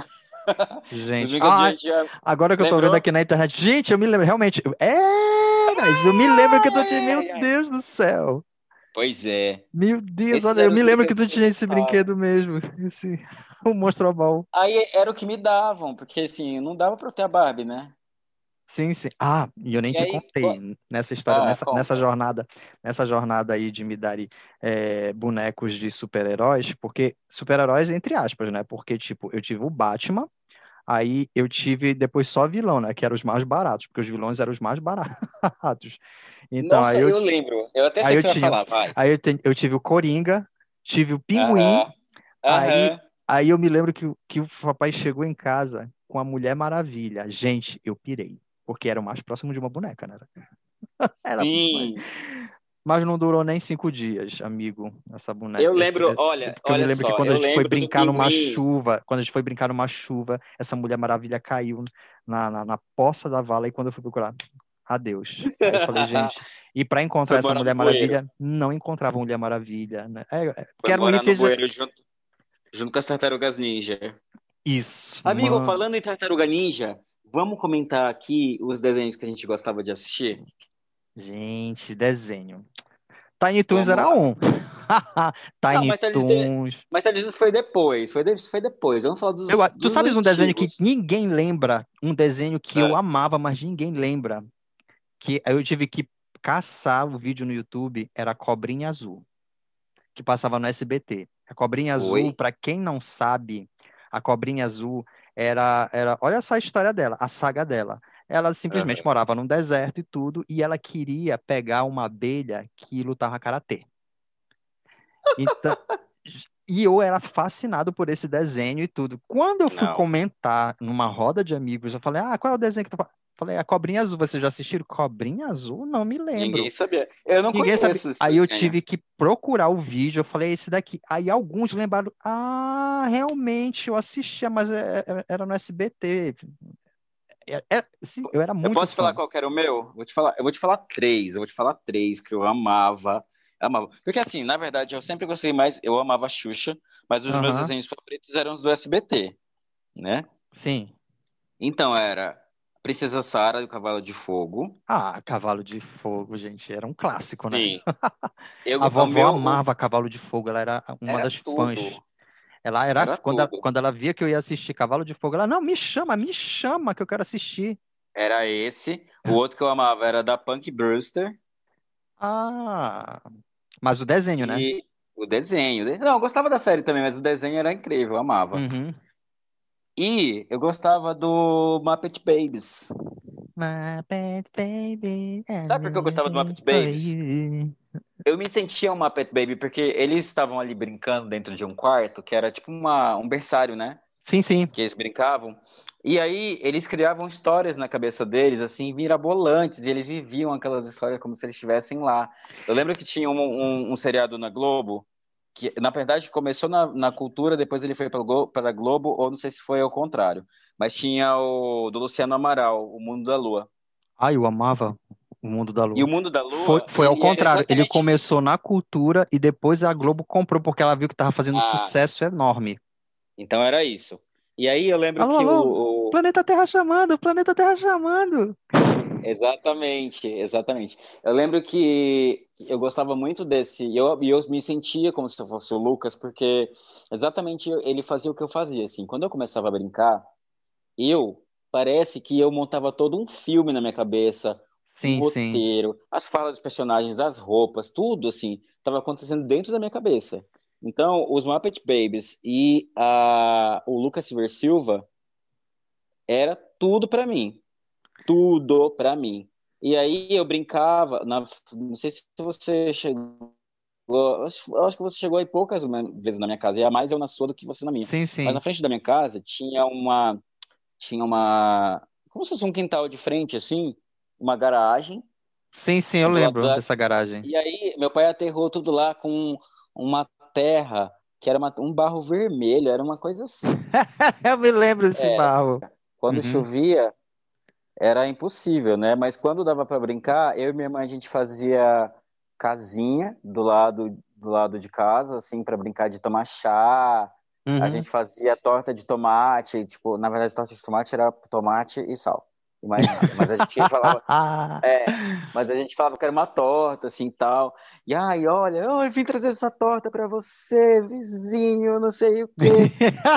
Os Gente, brinquedos de ah, antigamente. agora que eu tô vendo Lembrou? aqui na internet, gente, eu me lembro, realmente, eu- era, eu me lembro que Ai, tu tinha, ai, meu ai, ai. Deus do céu, Pois é. meu Deus, Esses olha, eu eram os me lembro que brinquedos tu que eu tinha esse gostava. brinquedo mesmo, esse, o Monstro Ball. Aí era o que me davam, porque assim, não dava pra eu ter a Barbie, né? Sim, sim. Ah, e eu nem E te aí. co- contei nessa história, Ah, nessa, nessa conta. jornada, nessa jornada aí de me dar eh, bonecos de super-heróis, porque super-heróis entre aspas, né? Porque, tipo, eu tive o Batman, aí eu tive depois só vilão, né? Que eram os mais baratos, porque os vilões eram os mais baratos. Então, aí Nossa, eu, eu ti- lembro. Eu até aí sei o eu que você vai tinha, falar, vai. aí eu, te- eu tive o Coringa, tive o Pinguim, Aham. aí, Aham. aí eu me lembro que, o- que o papai chegou em casa com a Mulher Maravilha. Gente, eu pirei. Porque era o mais próximo de uma boneca, né? Era muito mais. Sim. Mas não durou nem cinco dias, amigo, essa boneca. Eu Esse- lembro, é- olha, porque eu me olha lembro que só, quando a eu gente foi lembro do brincar numa pinguim. chuva, quando a gente foi brincar numa chuva, essa Mulher Maravilha caiu na, na, na poça da vala e quando eu fui procurar, adeus. Aí eu falei, gente, e para encontrar Foi essa morar Mulher no bueiro. Maravilha, não encontrava Mulher Maravilha, né? É, é, porque Foi eram morar no itens. bueiro junto, junto com as tartarugas ninja. Isso, Amigo, mano. falando em tartaruga ninja, vamos comentar aqui os desenhos que a gente gostava de assistir? Gente, desenho. Tiny Toons Vamos era lá. um. Não, Tiny mas Thalys, Toons. mas Thalys foi depois. Foi, de- foi depois. Vamos falar Eu, dos, a- tu dos sabes um desenho que antigos. ninguém lembra? Um desenho que eu Ah, amava, mas ninguém lembra. Que eu tive que caçar o vídeo no YouTube, era Cobrinha Azul, que passava no S B T. A cobrinha azul, Oi? para quem não sabe, a cobrinha azul era, era, olha só a história dela, a saga dela. Ela simplesmente Aham. morava num deserto e tudo, e ela queria pegar uma abelha que lutava karatê. Então, e eu era fascinado por esse desenho e tudo. Quando eu fui Não. comentar numa roda de amigos, eu falei: Ah, qual é o desenho que tu fa-" Falei, a Cobrinha Azul, vocês já assistiram? Cobrinha Azul? Não me Ninguém lembro. sabia. Eu não Ninguém sabe. conheço esse Aí eu desenho. tive que procurar o vídeo, eu falei, "É esse daqui." Aí alguns lembraram, ah, realmente, eu assistia, mas é- é- era no S B T. É- é- sim, eu era Eu muito posso falar fã. qual que era o meu? Vou te falar, eu vou te falar três. Eu vou te falar três que eu amava. Amava. Porque assim, na verdade, eu sempre gostei mais, eu amava a Xuxa, mas os meus Aham, desenhos favoritos eram os do S B T, né? sim. Então era Princesa Sara e o Cavalo de Fogo. Ah, Cavalo de Fogo, gente, era um clássico, né? Sim. Eu, A o vovó meu o- amava Cavalo de Fogo, ela era uma era das fãs. tudo. Ela era, Era quando ela, tudo. quando ela via que eu ia assistir Cavalo de Fogo, ela, não, me chama, me chama que eu quero assistir. Era esse. O outro que eu amava era da Punk Brewster Ah, mas o desenho, né? e o desenho. Não, eu gostava da série também, mas o desenho era incrível, eu amava. Uhum. E eu gostava do Muppet Babies. My bad baby, Sabe por que eu I'm gostava do waiting Muppet for Babies? you. Eu me sentia um Muppet Baby porque eles estavam ali brincando dentro de um quarto, que era tipo uma, um berçário, né? Sim, sim. Que eles brincavam. E aí eles criavam histórias na cabeça deles, assim, mirabolantes, e eles viviam aquelas histórias como se eles estivessem lá. Eu lembro que tinha um, um, um seriado na Globo, que na verdade começou na, na Cultura, depois ele foi para a Globo, ou não sei se foi ao contrário. Mas tinha o do Luciano Amaral, O Mundo da Lua. Ai, eu amava o Mundo da E o Lua. Mundo da Foi, Lua, foi ao ele era contrário, ele exatamente isso. começou na cultura e depois a Globo comprou porque ela viu que estava fazendo um Ah, sucesso enorme. então era isso. E aí eu lembro Alô, que o, alô, o- planeta Terra chamando, planeta Terra chamando. Exatamente, exatamente. Eu lembro que eu gostava muito desse, e eu, e eu me sentia como se eu fosse o Lucas, porque exatamente ele fazia o que eu fazia, assim. Quando eu começava a brincar, eu, parece que eu montava todo um filme na minha cabeça, um Sim, sim. roteiro, as falas dos personagens, as roupas, tudo, assim, estava acontecendo dentro da minha cabeça. Então, os Muppet Babies e a, o Lucas Silver Silva era tudo pra mim. Tudo pra mim. E aí eu brincava, na- não sei se você chegou, eu acho eu acho que você chegou aí poucas vezes na minha casa, e a mais eu na sua do que você na minha. Sim, Mas na sim. frente da minha casa tinha uma, tinha uma, como se fosse um quintal de frente, assim, uma garagem Sim, sim, eu do lado lembro da, dessa garagem. e aí meu pai aterrou tudo lá com uma terra que era uma- um barro vermelho, era uma coisa assim. Eu me lembro desse Era. barro. Quando Uhum. chovia, era impossível, né? Mas quando dava para brincar, eu e minha irmã a gente fazia casinha do lado do lado de casa, assim, para brincar de tomar chá. A Uhum. gente fazia torta de tomate, tipo, na verdade, torta de tomate era tomate e sal, e mais nada. Mas a gente falava, é, mas a gente falava que era uma torta, assim, e tal. E ai, olha, eu vim trazer essa torta para você, vizinho, não sei o quê.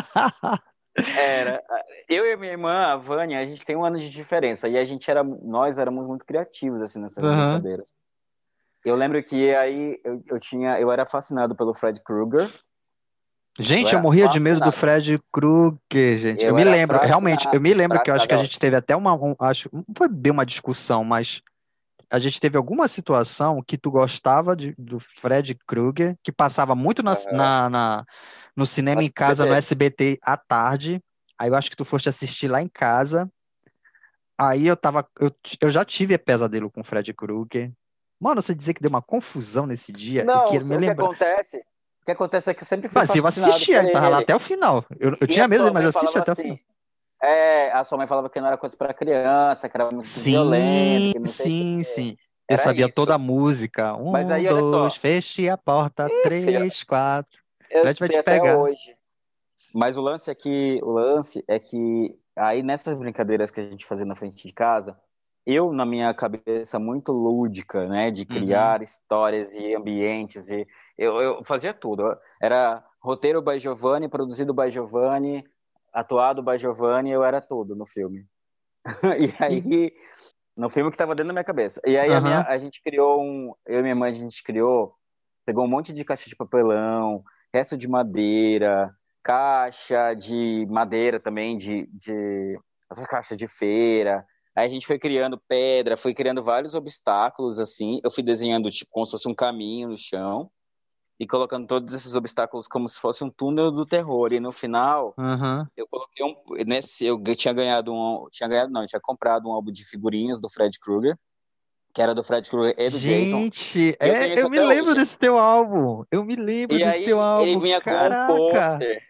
Era. Eu e a minha irmã, a Vânia, a gente tem um ano de diferença e a gente era, nós éramos muito criativos assim nessas Uhum. brincadeiras. Eu lembro que aí eu, eu tinha, eu era fascinado pelo Fred Krueger. Eu Gente, eu era morria de medo do fascinado. Fred Krueger, gente. Eu Eu me era lembro, realmente, eu fascinado, me lembro que eu acho que a fascinado. gente teve até uma, um- acho, não foi bem uma discussão, mas a gente teve alguma situação que tu gostava de- do Fred Krueger, que passava muito na, Aham. na, na- no cinema No em casa, no S B T. S B T à tarde. Aí eu acho que tu foste assistir lá em casa. Aí eu tava, eu, eu já tive pesadelo com o Fred Krueger. Mano, você dizer que deu uma confusão nesse dia e Não, que me o que lembra. acontece? O que acontece é que eu sempre fui Mas eu fascinado assistia, por ele tava lá ele. até o final. Eu, eu E tinha a medo, sua mas mãe eu assisti falava até o assim, final. é, a sua mãe falava que não era coisa para criança, que era muito violento, Sim, que não sei o quê. sim, sim. Eu Era sabia toda isso. a música. Mas Um, aí, olha dois, só, feche a porta. esse, Três, quatro. eu Fred vai sei te até pegar. hoje. Mas o lance é que o lance é que aí nessas brincadeiras que a gente fazia na frente de casa, eu na minha cabeça muito lúdica, né, de Uhum. criar histórias e ambientes e eu, eu fazia tudo. Era roteiro by Giovanni, produzido by Giovanni, atuado by Giovanni, eu era tudo no filme. E E, aí no filme que estava dentro da minha cabeça. E aí a minha aham. a gente criou um, eu e minha mãe a gente criou, pegou um monte de caixa de papelão resto de madeira, caixa de madeira também, de, de essas caixas de feira. Aí a gente foi criando pedra, foi criando vários obstáculos, assim. Eu fui desenhando, tipo, como se fosse um caminho no chão e colocando todos esses obstáculos como se fosse um túnel do terror. E no final, Aham. eu coloquei um. Nesse, eu tinha ganhado um. Tinha ganhado, não, eu tinha comprado um álbum de figurinhas do Fred Krueger, que era do Fred Krueger e do Jason. Gente, E eu é, tenho isso eu me até lembro hoje. desse teu álbum. Eu me lembro E desse teu aí ele álbum. vinha com um Caraca! pôster.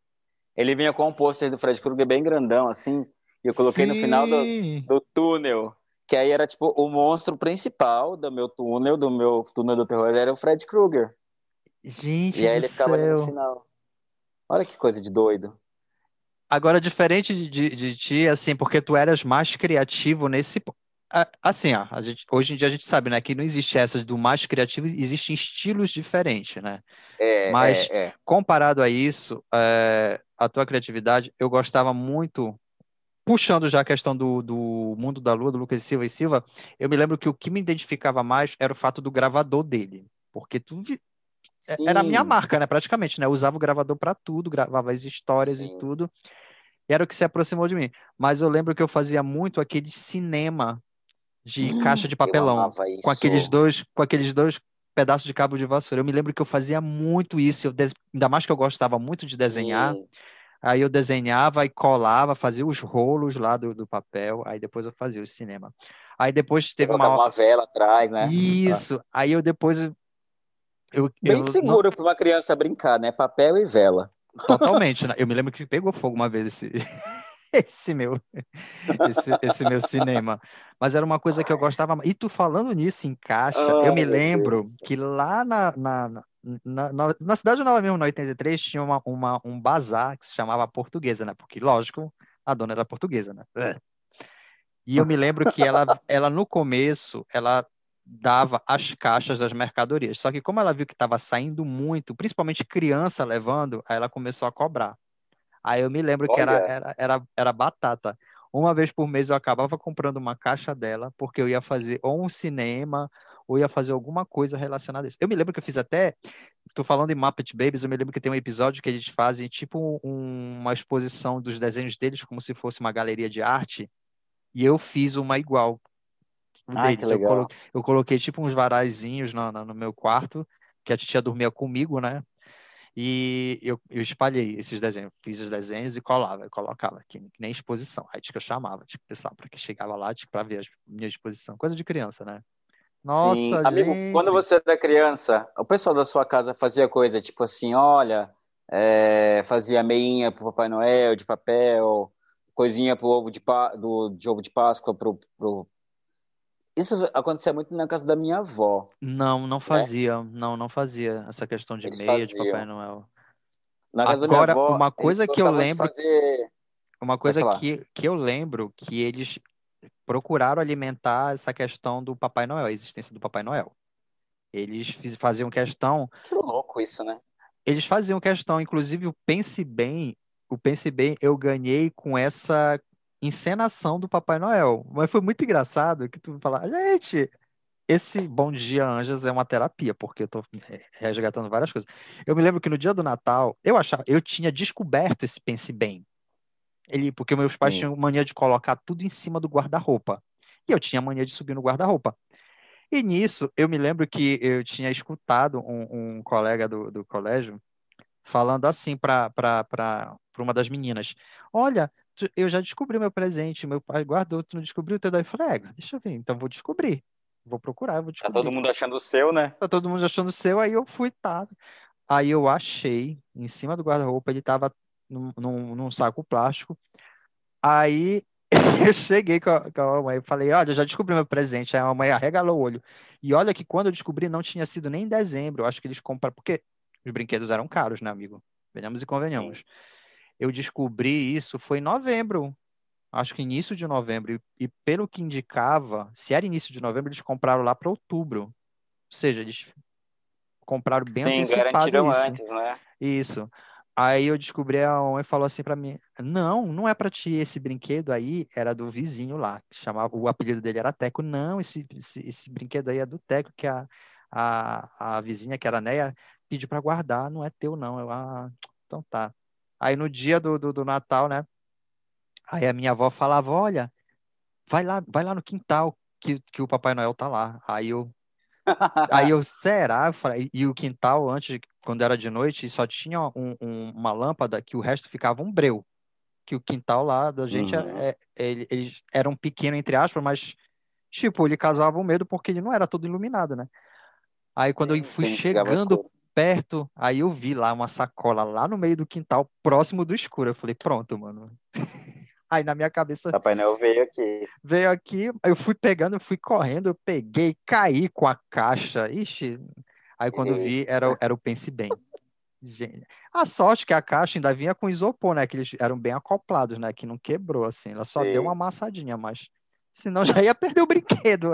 Ele vinha com um pôster do Fred Krueger bem grandão, assim. E eu coloquei no final do, Sim! do túnel. Que aí era tipo o monstro principal do meu túnel, do meu túnel do terror, era o Fred Krueger. Gente E aí do ele ficava ali no céu. final. Olha que coisa de doido. Agora, diferente de, de, de ti, assim, porque tu eras mais criativo nesse. po- a- Assim, ó, a gente, hoje em dia a gente sabe, né, que não existe essa do mais criativo, existem estilos diferentes, né? É, Mas, é, é. comparado a isso, é, a tua criatividade, eu gostava muito, puxando já a questão do, do Mundo da Lua, do Lucas Silva e Silva, eu me lembro que o que me identificava mais era o fato do gravador dele. Porque tu vi- é- era a minha Sim, marca, né, praticamente, né? Eu usava o gravador para tudo, gravava as histórias e sim. tudo. E era o que se aproximou de mim. Mas eu lembro que eu fazia muito aquele cinema de caixa de Eu papelão, amava com aqueles isso. dois, com aqueles dois pedaços de cabo de vassoura. Eu me lembro que eu fazia muito isso, eu des- ainda mais que eu gostava muito de desenhar. Sim. Aí eu desenhava e colava, fazia os rolos lá do, do papel, aí depois eu fazia o cinema. Aí depois Você teve colocava uma. uma vela atrás, né? Ah. Isso! Aí eu depois eu, eu, Bem eu não, seguro para uma criança brincar, né? Papel e vela. totalmente, né? Eu me lembro que pegou fogo uma vez esse, esse meu. esse, esse meu cinema. Mas era uma coisa que eu gostava. E tu falando nisso em caixa, eu me Ai, meu lembro Deus. que lá na, na, na, na, na Cidade Nova mesmo, na oitenta e três, tinha uma, uma, um bazar que se chamava Portuguesa, né? Porque, lógico, a dona era portuguesa, né? É. E eu me lembro que ela, ela no começo, ela dava as caixas das mercadorias. Só que como ela viu que estava saindo muito, principalmente criança levando, aí ela começou a cobrar. Aí eu me lembro que era, Olha, era, era, era batata. Uma vez por mês eu acabava comprando uma caixa dela, porque eu ia fazer ou um cinema, ou ia fazer alguma coisa relacionada a isso. Eu me lembro que eu fiz até, tô falando em Muppet Babies, eu me lembro que tem um episódio que eles fazem tipo um- uma exposição dos desenhos deles, como se fosse uma galeria de arte, e eu fiz uma igual o ai, que deles. Eu legal. coloquei, eu coloquei tipo uns varaizinhos no, no no meu quarto, que a titia dormia comigo, né? E eu, eu espalhei esses desenhos, fiz os desenhos e colava, eu colocava aqui, que nem exposição. Aí tinha que eu chamava, tipo, pessoal, para que chegava lá, tipo, para ver a minha exposição. Coisa de criança, né? Sim, Nossa, amigo, quando gente! você era criança, o pessoal da sua casa fazia coisa tipo assim, olha, é, fazia meinha pro Papai Noel de papel, coisinha pro ovo de, pá, do, de ovo de Páscoa pro, pro... Isso acontecia muito na casa da minha avó, Não, não né? fazia, não, não fazia essa questão de Eles meia de Papai faziam. Noel. Na casa da minha Agora, avó, uma eles coisa que eu gostavam de lembro, fazer. uma Pode coisa falar. que, que eu lembro que eles procuraram alimentar essa questão do Papai Noel, a existência do Papai Noel. Eles fiz- faziam questão. Que louco isso, né? Eles faziam questão, inclusive o Pense Bem, o Pense Bem eu ganhei com essa encenação do Papai Noel. Mas foi muito engraçado que tu falar, gente, esse Bom Dia Anjos é uma terapia, porque eu tô é, resgatando várias coisas. Eu me lembro que no dia do Natal, eu achava, eu tinha descoberto esse Pense Bem. Ele, porque meus pais Sim. tinham mania de colocar tudo em cima do guarda-roupa. E eu tinha mania de subir no guarda-roupa. E nisso, eu me lembro que eu tinha escutado um, um colega do, do colégio falando assim para para uma das meninas: Olha, tu- eu já descobri o meu presente, meu pai guardou, tu não descobriu o teu? Daí eu falei: É, deixa eu ver, então vou descobrir. Vou procurar, vou Tá todo descobrir. mundo achando o seu, né? Tá todo mundo achando o seu, aí eu fui, tá. Aí eu achei, em cima do guarda-roupa, ele tava num, num, num saco plástico. Aí eu cheguei com a, com a mamãe e falei: Olha, eu já descobri meu presente. Aí a mamãe arregalou o olho. E olha que quando eu descobri, não tinha sido nem em dezembro. Eu acho que eles compraram, porque os brinquedos eram caros, né, amigo? Venhamos e Sim. convenhamos. Eu descobri isso foi em novembro, acho que início de novembro, e, e pelo que indicava, se era início de novembro, eles compraram lá para outubro. Ou seja, eles compraram bem Sim, antecipado garantiram isso. antes, né? Isso. Aí eu descobri, a mamãe falou assim para mim: Não, não é para ti esse brinquedo aí, era do vizinho lá, que chamava, o apelido dele era Teco. Não, esse, esse, esse brinquedo aí é do Teco, que a, a, a vizinha, que era a Neia, pediu pra guardar, não é teu não. Eu, ah, então tá. Aí no dia do, do, do Natal, né? Aí a minha avó falava, olha, vai lá, vai lá no quintal que, que o Papai Noel tá lá. Aí eu, aí eu, será? Eu falei, e o quintal, antes, quando era de noite, só tinha um- um- uma lâmpada que o resto ficava um breu. Que o quintal lá da gente, é, Uhum. é- ele- eles eram pequeno, entre aspas, mas, tipo, ele causava um medo porque ele não era todo iluminado, né? Aí quando eu Sim, fui sim, ficava chegando escuro. perto, aí eu vi lá uma sacola lá no meio do quintal, próximo do escuro. Eu falei, pronto, mano. Aí na minha cabeça Papai Noel veio aqui. veio aqui, eu fui pegando, eu fui correndo, eu peguei, caí com a caixa. Ixi. Aí quando eu vi, era, Eita. era o Pense Bem. Gente, a sorte que a caixa ainda vinha com isopor, né? Que eles eram bem acoplados, né? Que não quebrou, assim. Ela só deu uma Sim. amassadinha, mas senão já ia perder o brinquedo.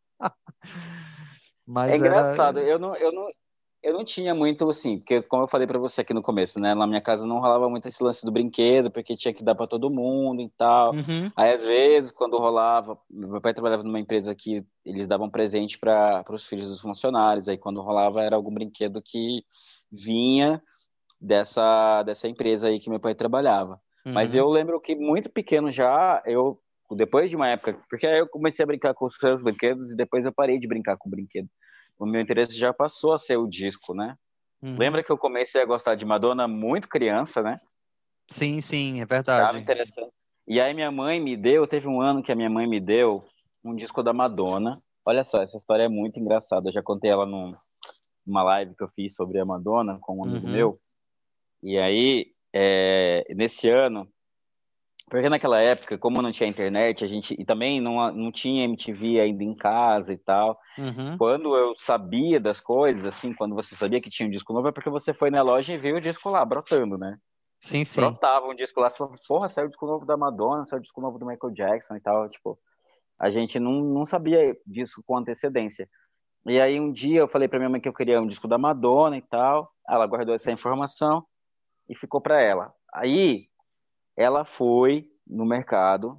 É Mas engraçado, era. eu não, eu não, eu não tinha muito assim, porque como eu falei pra você aqui no começo, né, na minha casa não rolava muito esse lance do brinquedo, porque tinha que dar pra todo mundo e tal. Uhum, Aí às vezes, quando rolava, meu pai trabalhava numa empresa que eles davam presente para os filhos dos funcionários, aí quando rolava era algum brinquedo que vinha dessa dessa empresa aí que meu pai trabalhava. Mas uhum. eu lembro que muito pequeno já, eu depois de uma época, porque aí eu comecei a brincar com os seus brinquedos e depois eu parei de brincar com o brinquedo. O meu interesse já passou a ser o disco, né? Uhum. Lembra que eu comecei a gostar de Madonna muito criança, né? Sim, sim, é Achava verdade. interessante. E aí minha mãe me deu, teve um ano que a minha mãe me deu um disco da Madonna. Olha só, essa história é muito engraçada. Eu já contei ela num- numa live que eu fiz sobre a Madonna com um amigo Uhum, meu. E aí, é, nesse ano, porque naquela época, como não tinha internet, a gente e também não, não tinha M T V ainda em casa e tal. uhum. Quando eu sabia das coisas, assim, quando você sabia que tinha um disco novo, é porque você foi na loja e viu o disco lá, brotando, né? Sim, sim. Brotava um disco lá, você falou, porra, saiu o disco novo da Madonna, saiu o disco novo do Michael Jackson e tal, tipo, a gente não, não sabia disso com antecedência. E aí um dia eu falei pra minha mãe que eu queria um disco da Madonna e tal, ela guardou essa informação e ficou pra ela. Aí ela foi no mercado,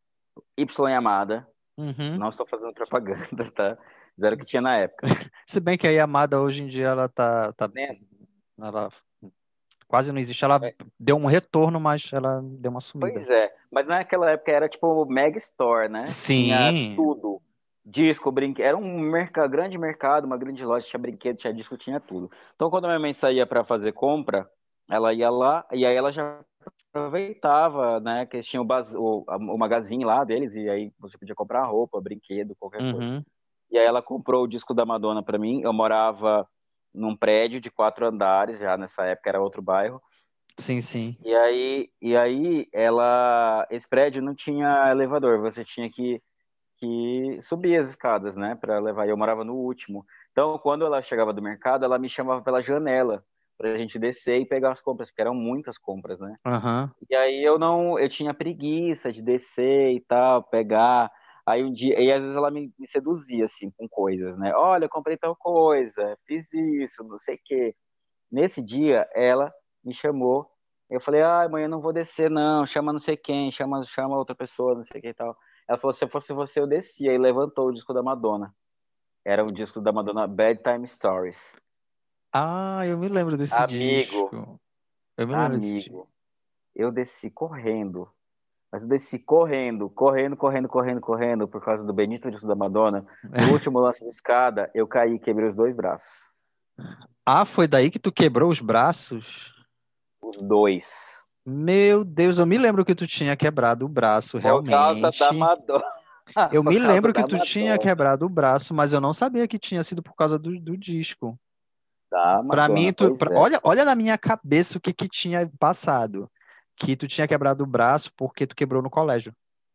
Y Yamada, Uhum. não estou fazendo propaganda, tá? Zero que tinha na época. Se bem que a Yamada hoje em dia ela tá, tá, Né? ela quase não existe. Ela deu um retorno, mas ela deu uma sumida. Pois é, mas naquela época era tipo o Mega Store, né? Tinha Sim. tudo. Disco, brinquedo, era um merca, grande mercado, uma grande loja, tinha brinquedo, tinha disco, tinha tudo. Então quando a minha mãe saía para fazer compra, ela ia lá e aí ela já aproveitava, né? Que eles tinham o, baz- o, a- o magazine lá deles e aí você podia comprar roupa, brinquedo, qualquer coisa. Uhum. E aí ela comprou o disco da Madonna para mim. Eu morava num prédio de quatro andares, já nessa época era outro bairro. Sim, sim. E aí, e aí ela, esse prédio não tinha elevador, você tinha que, que subir as escadas, né, para levar. E eu morava no último. Então, quando ela chegava do mercado, ela me chamava pela janela para a gente descer e pegar as compras, porque eram muitas compras, né? Aham. E aí eu não, eu tinha preguiça de descer e tal, pegar. Aí um dia, e às vezes ela me, me seduzia assim com coisas, né? Olha, eu comprei tal coisa, fiz isso, não sei o quê. Nesse dia, ela me chamou. Eu falei, ah, amanhã eu não vou descer, não. Chama não sei quem, chama, chama outra pessoa, não sei quem e tal. Ela falou, se fosse você, eu descia. E levantou o disco da Madonna. Era um disco da Madonna, Bad Time Stories. Ah, eu me lembro desse Amigo, disco. Eu me lembro desse disco. amigo, eu desci correndo. Mas eu desci correndo, correndo, correndo, correndo, correndo, por causa do benito disco da Madonna. No último lance de escada, eu caí e quebrei os dois braços. Ah, foi daí que tu quebrou os braços? Os dois. Meu Deus, eu me lembro que tu tinha quebrado o braço, Por causa da realmente. Madonna. Eu Por me causa lembro que da tu tinha Madonna. quebrado o braço, mas eu não sabia que tinha sido por causa do, do disco. Da Pra mim, Madonna, tu, pois pra- é. olha, olha na minha cabeça o que que tinha passado. Que tu tinha quebrado o braço porque tu quebrou no colégio.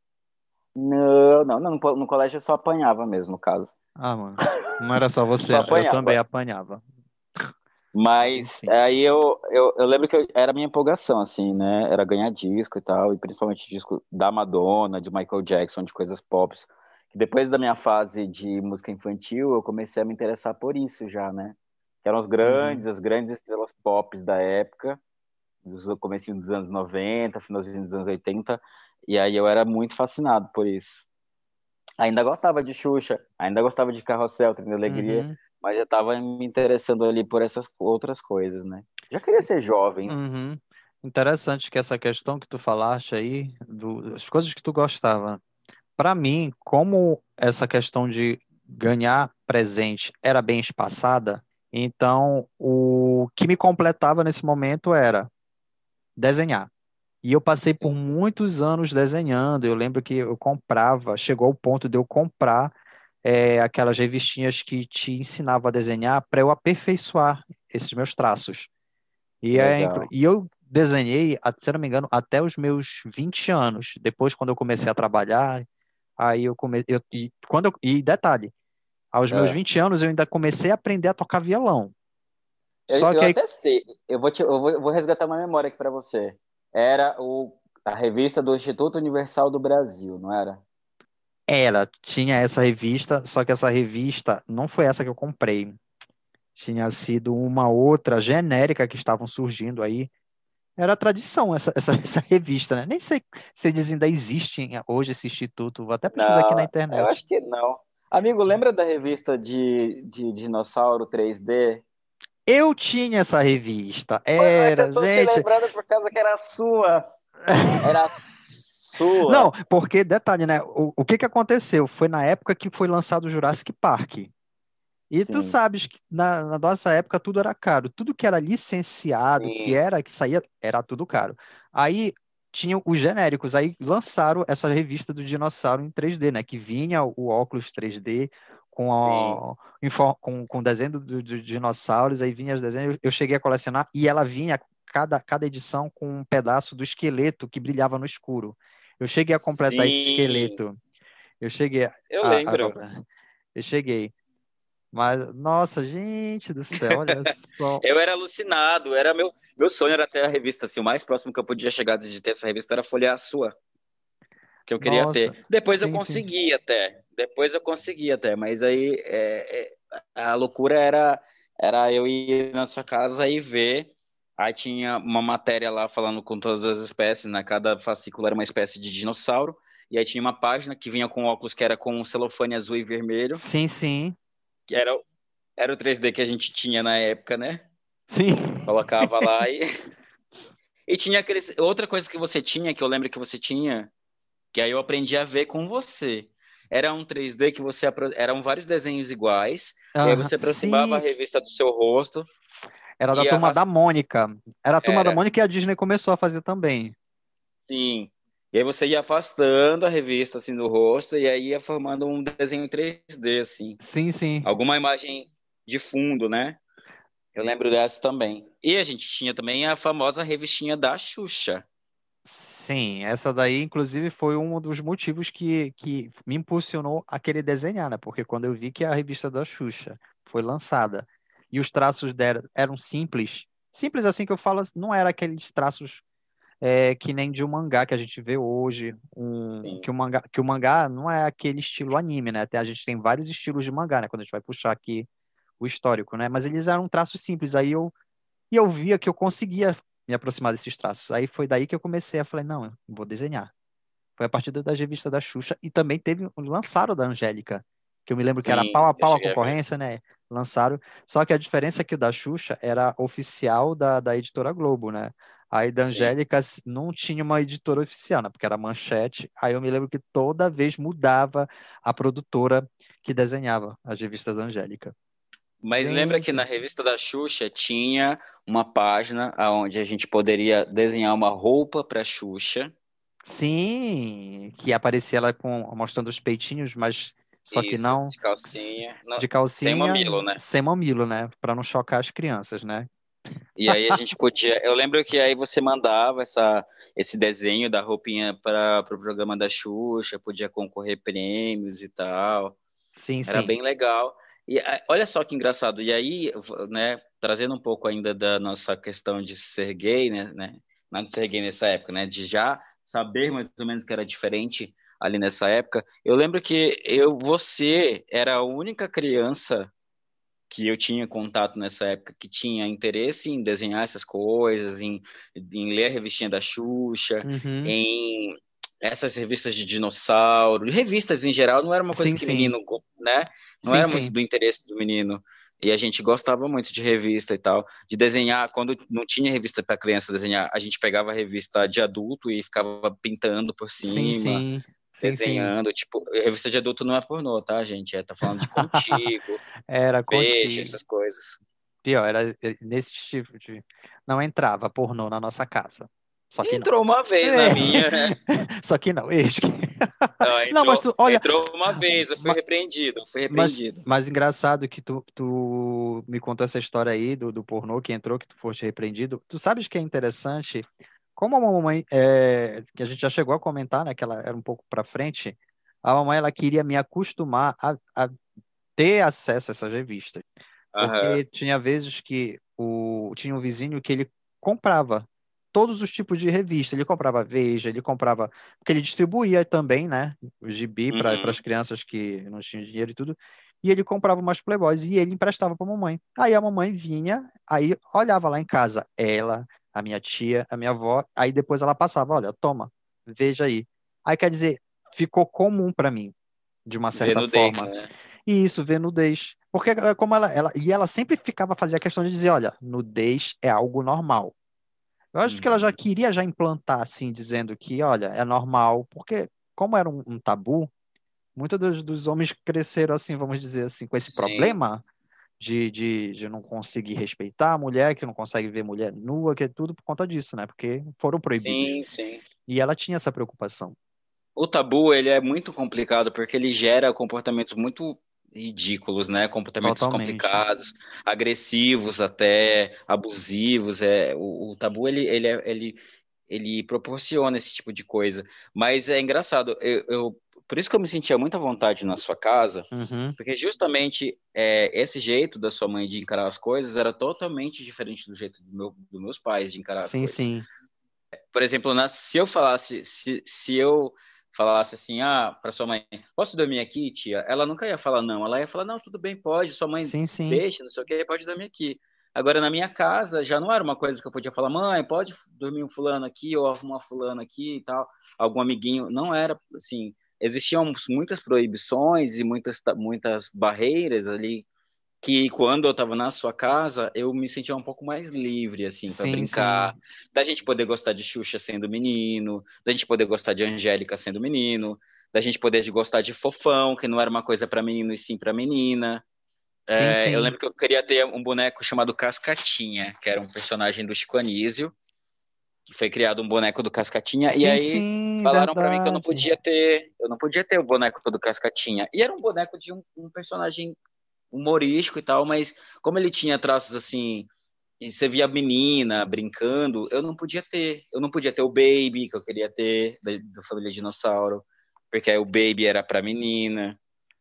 Não, não, não, no, no colégio eu só apanhava mesmo, no caso. Ah, mano. Não era só você, Só eu também apanhava. apanhava. Mas Mas enfim. aí eu, eu, eu lembro que eu- era a minha empolgação, assim, né? Era ganhar disco e tal, e principalmente disco da Madonna, de Michael Jackson, de coisas pop. Que depois da minha fase de música infantil, eu comecei a me interessar por isso já, né? Que eram os Uhum. grandes, as grandes estrelas pop da época, dos comecinho dos anos noventa, finalzinho dos anos oitenta, e aí eu era muito fascinado por isso. Ainda gostava de Xuxa, ainda gostava de Carrossel, Trem de Alegria, Uhum. mas já estava me interessando ali por essas outras coisas, né? Já queria ser jovem. Uhum. Interessante que essa questão que tu falaste aí, do, as coisas que tu gostava. Para mim, como essa questão de ganhar presente era bem espaçada, então o que me completava nesse momento era desenhar. E eu passei por Sim, muitos anos desenhando. Eu lembro que eu comprava, chegou ao ponto de eu comprar é, aquelas revistinhas que te ensinavam a desenhar para eu aperfeiçoar esses meus traços. que E, é, inclu- legal. e eu desenhei, a- se eu não me engano, até os meus vinte anos. Depois, quando eu comecei a trabalhar, aí eu comecei. E, quando eu- e detalhe, aos meus É. vinte anos eu ainda comecei a aprender a tocar violão. Eu, Só eu que aí até sei, eu vou, te, eu vou, eu vou resgatar uma memória aqui para você. Era o, a revista do Instituto Universal do Brasil, não era? era, tinha essa revista, só que essa revista não foi essa que eu comprei. Tinha sido uma outra genérica que estavam surgindo aí. Era tradição essa, essa, essa revista, né? Nem sei se eles ainda existem hoje esse instituto. Vou até pesquisar aqui na Não, eu internet. acho que não. Amigo, lembra da revista de, de dinossauro três D? Eu tinha essa revista. Mas eu Era, tô se gente. lembrando por causa que era sua. Era Não, sua. porque, detalhe, né? O, o que que aconteceu? Foi na época que foi lançado o Jurassic Park. E tu Sim, sabes que na, na nossa época tudo era caro. Tudo que era licenciado, que sim, era, que saía, era tudo caro. Aí tinham os genéricos, aí lançaram essa revista do dinossauro em três D, né? Que vinha o óculos três D com, sim, a, info- com, com desenho dos do, do dinossauros, aí vinha os desenhos, eu cheguei a colecionar, e ela vinha, cada, cada edição, com um pedaço do esqueleto que brilhava no escuro. Eu cheguei a completar esse sim. esqueleto. Eu cheguei a, Eu a, a lembro. completar. Eu cheguei. Mas, nossa, gente do céu, olha só. Eu era alucinado. Era meu, meu sonho era ter a revista. Assim, o mais próximo que eu podia chegar de ter essa revista era folhear a sua, que eu queria Nossa, ter. Depois eu sim, sim. consegui até. Depois eu consegui até. Mas aí é, é, a loucura era, era eu ir na sua casa e ver. Aí tinha uma matéria lá falando com todas as espécies, né? Cada fascículo era uma espécie de dinossauro. E aí tinha uma página que vinha com óculos que era com um celofane azul e vermelho, Sim, sim. que era, era o três D que a gente tinha na época, né? Sim. Colocava lá e, e tinha aqueles. Outra coisa que você tinha, que eu lembro que você tinha, que aí eu aprendi a ver com você. Era um três D que você. apro- Eram vários desenhos iguais, e aí Aham, você aproximava a sim, revista do seu rosto era da e turma da arrastava. Mônica. Era a turma da Era, Mônica e a Disney começou a fazer também. sim. E aí você ia afastando a revista assim do rosto, e aí ia formando um desenho três D, assim. Sim, sim. Alguma imagem de fundo, né? Eu lembro dessa também. E a gente tinha também a famosa revistinha da Xuxa. Sim, essa daí, inclusive, foi um dos motivos que, que me impulsionou a querer desenhar, né? Porque quando eu vi que a revista da Xuxa foi lançada e os traços dela eram simples, simples assim que eu falo, não era aqueles traços é, que nem de um mangá que a gente vê hoje, um, Sim, que o mangá, que o mangá não é aquele estilo anime, né? Até a gente tem vários estilos de mangá, né? Quando a gente vai puxar aqui o histórico, né? Mas eles eram traços simples, aí eu e eu via que eu conseguia me aproximar desses traços. Aí foi daí que eu comecei a falar, não, eu vou desenhar. Foi a partir da revista da Xuxa e também teve lançaram da Angélica, que eu me lembro que era pau sim, a eu pau a cheguei a ver. concorrência, né? Lançaram. Só que a diferença é que o da Xuxa era oficial da, da editora Globo, né? Aí da Sim. Angélica não tinha uma editora oficial, né? Porque era Manchete. Aí eu me lembro que toda vez mudava a produtora que desenhava as revistas da Angélica. Mas lembra que na Gente, revista da Xuxa tinha uma página onde a gente poderia desenhar uma roupa para Xuxa. sim, que aparecia ela com mostrando os peitinhos, mas só que Isso, não de calcinha, não, de sem calcinha, mamilo, né? sem mamilo, né? Para não chocar as crianças, né? E aí a gente podia. Eu lembro que aí você mandava essa, esse desenho da roupinha para o pro programa da Xuxa, podia concorrer prêmios e tal. Sim, Era sim. bem legal. E ah, olha só que engraçado. E aí, né, trazendo um pouco ainda da nossa questão de ser gay, né, né, não de ser gay nessa época, né, de já saber mais ou menos que era diferente ali nessa época. Eu lembro que eu, você era a única criança que eu tinha contato nessa época que tinha interesse em desenhar essas coisas, em, em ler a revistinha da Xuxa, Uhum. em essas revistas de dinossauro, revistas em geral, não era uma coisa Sim, que sim. menino, né? Não Sim, era muito sim. do interesse do menino. E a gente gostava muito de revista e tal, de desenhar. Quando não tinha revista para criança desenhar, a gente pegava a revista de adulto e ficava pintando por Sim, cima, sim, sim, sim. desenhando. Tipo, revista de adulto não é pornô, tá, gente? É, tá falando de Contigo, Era Veja, contigo. essas coisas. Pior, era eh, nesse tipo de. Não entrava pornô na nossa casa. Só que não. Entrou uma vez É. na minha, né? Só que não. eis que- Não, Não, mas entrou, tu, olha, entrou uma vez, eu fui ma- repreendido, eu fui mas, repreendido. mas engraçado que tu, tu me contou essa história aí do, do pornô que entrou, que tu foste repreendido. Tu sabes que é interessante? Como a mamãe, é, que a gente já chegou a comentar, né, que ela era um pouco pra frente, a mamãe ela queria me acostumar a, a ter acesso a essas revistas. Aham. Porque tinha vezes que o, tinha um vizinho que ele comprava todos os tipos de revista. Ele comprava Veja, ele comprava. Porque ele distribuía também, né? O gibi para Uhum. as crianças que não tinham dinheiro e tudo. E ele comprava umas Playboys e ele emprestava para a mamãe. Aí a mamãe vinha, aí olhava lá em casa, ela, a minha tia, a minha avó, aí depois ela passava: olha, toma, veja aí. Aí quer dizer, ficou comum para mim, de uma Ver certa nudez, forma. né? E isso, ver nudez. Porque é como ela, ela, e ela sempre ficava fazia a questão de dizer, olha, nudez é algo normal. Eu acho que ela já Uhum. queria já implantar assim, dizendo que, olha, é normal, porque como era um, um tabu, muitos dos, dos homens cresceram assim, vamos dizer assim, com esse Sim, problema de, de, de não conseguir respeitar a mulher, que não consegue ver mulher nua, que é tudo por conta disso, né? Porque foram proibidos. sim, sim. E ela tinha essa preocupação. O tabu, ele é muito complicado porque ele gera comportamentos muito ridículos, né? Comportamentos Totalmente. complicados, agressivos até, abusivos. É, o, o tabu, ele, ele, é- ele, ele proporciona esse tipo de coisa. Mas é engraçado, eu, eu- por isso que eu me sentia muita vontade na sua casa, Uhum. porque justamente é, esse jeito da sua mãe de encarar as coisas era totalmente diferente do jeito do meu, dos meus pais de encarar as Sim, coisas. sim. Por exemplo, na- se eu falasse, se, se eu falasse assim, ah, para sua mãe, posso dormir aqui, tia? Ela nunca ia falar não, ela ia falar, não, tudo bem, pode, sua mãe Sim, sim. deixa, não sei o que, pode dormir aqui. Agora, na minha casa, já não era uma coisa que eu podia falar, mãe, pode dormir um fulano aqui, ou arrumar uma fulana aqui e tal, algum amiguinho, não era, assim, existiam muitas proibições e muitas, muitas barreiras ali que quando eu estava na sua casa, eu me sentia um pouco mais livre, assim, para Sim, brincar, sim. da gente poder gostar de Xuxa sendo menino, da gente poder gostar de Angélica sendo menino, da gente poder de gostar de Fofão, que não era uma coisa para menino e sim para menina. Sim, É, eu sim. lembro que eu queria ter um boneco chamado Cascatinha, que era um personagem do Chico Anísio, que foi criado um boneco do Cascatinha, e Sim, aí sim, falaram para mim que eu não verdade. podia ter, eu não podia ter o boneco do Cascatinha. E era um boneco de um, um personagem humorístico e tal, mas como ele tinha traços assim, e você via a menina brincando, eu não podia ter. Eu não podia ter o Baby, que eu queria ter, da, da família Dinossauro, porque aí o Baby era pra menina,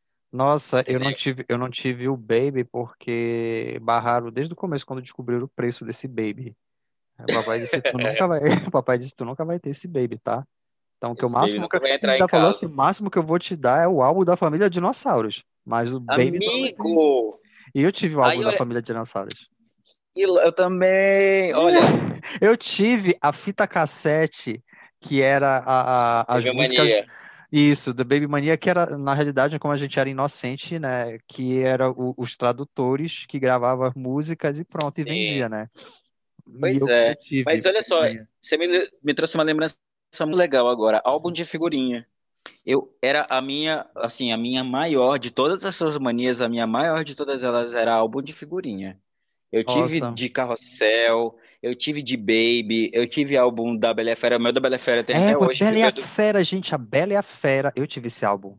Nossa, eu não entendeu? tive, eu não tive o Baby porque barraram desde o começo quando descobriram o preço desse Baby. Aí o papai disse, tu nunca vai, o papai disse, tu nunca vai ter esse Baby, tá? Então, que o Esse Baby máximo que nunca eu, vai ele entrar em ainda falou assim, casa. o máximo que eu vou te dar é o álbum da família Dinossauros, mas o Baby tu não vai ter. Amigo! E eu tive o álbum Aí, da olha, família Dinossauros. e eu também, olha, Eu tive a fita cassete que era a, a- as teve a músicas. mania. Isso, do Baby Mania, que era, na realidade, como a gente era inocente, né? Que era o- os tradutores que gravavam as músicas e pronto, e vendia, Sim, né? E pois eu, eu é. tive Mas olha Baby só, Mania. você me, me trouxe uma lembrança muito legal agora. Álbum de figurinha. Eu era a minha, assim, a minha maior de todas as suas manias, a minha maior de todas elas era álbum de figurinha. Eu tive Nossa. de Carrossel, eu tive de Baby, eu tive álbum da Bela e a Fera, o meu da Bela e a Fera tem É, até a hoje, Bela viu, e a Edu? Fera, gente, a Bela e a Fera. Eu tive esse álbum.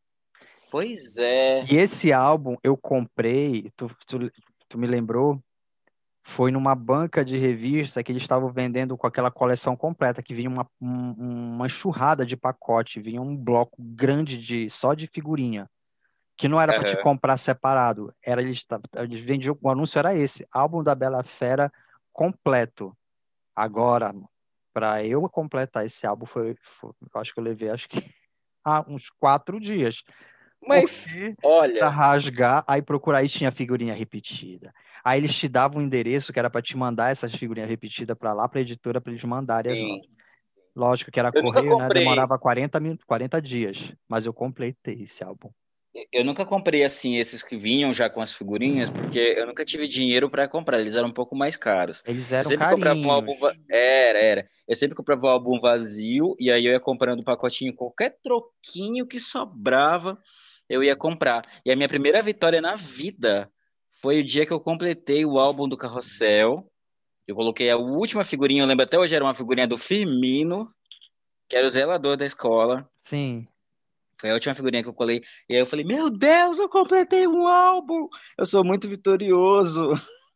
Pois é. E esse álbum eu comprei, tu, tu, tu me lembrou? Foi numa banca de revista que eles estavam vendendo com aquela coleção completa, que vinha uma, um- uma enxurrada de pacote, vinha um bloco grande de só de figurinha, que não era para te Aham. comprar separado, era eles, ta- eles vendiam, o anúncio era esse, álbum da Bela Fera completo. Agora, para eu completar esse álbum, foi, foi- eu acho que eu levei acho que ah, uns quatro dias. Mas, Porque para olha, rasgar, aí procurar aí tinha figurinha repetida. Aí eles te davam um endereço que era para te mandar essas figurinhas repetidas para lá, para a editora, para eles mandarem as sim. novas. Lógico que era Eu nunca correio, né? comprei. Demorava quarenta min... quarenta dias, mas eu completei esse álbum. Eu nunca comprei assim esses que vinham já com as figurinhas, porque eu nunca tive dinheiro para comprar, eles eram um pouco mais caros. Eles Eu eram sempre comprava um álbum, va- carinhos. era, era. Eu sempre comprava um álbum vazio e aí eu ia comprando um pacotinho, qualquer troquinho que sobrava, eu ia comprar. E a minha primeira vitória na vida foi o dia que eu completei o álbum do Carrossel. Eu coloquei a última figurinha, eu lembro até hoje, era uma figurinha do Firmino, que era o zelador da escola. Sim. Foi a última figurinha que eu colei. E aí eu falei, meu Deus, eu completei um álbum! Eu sou muito vitorioso.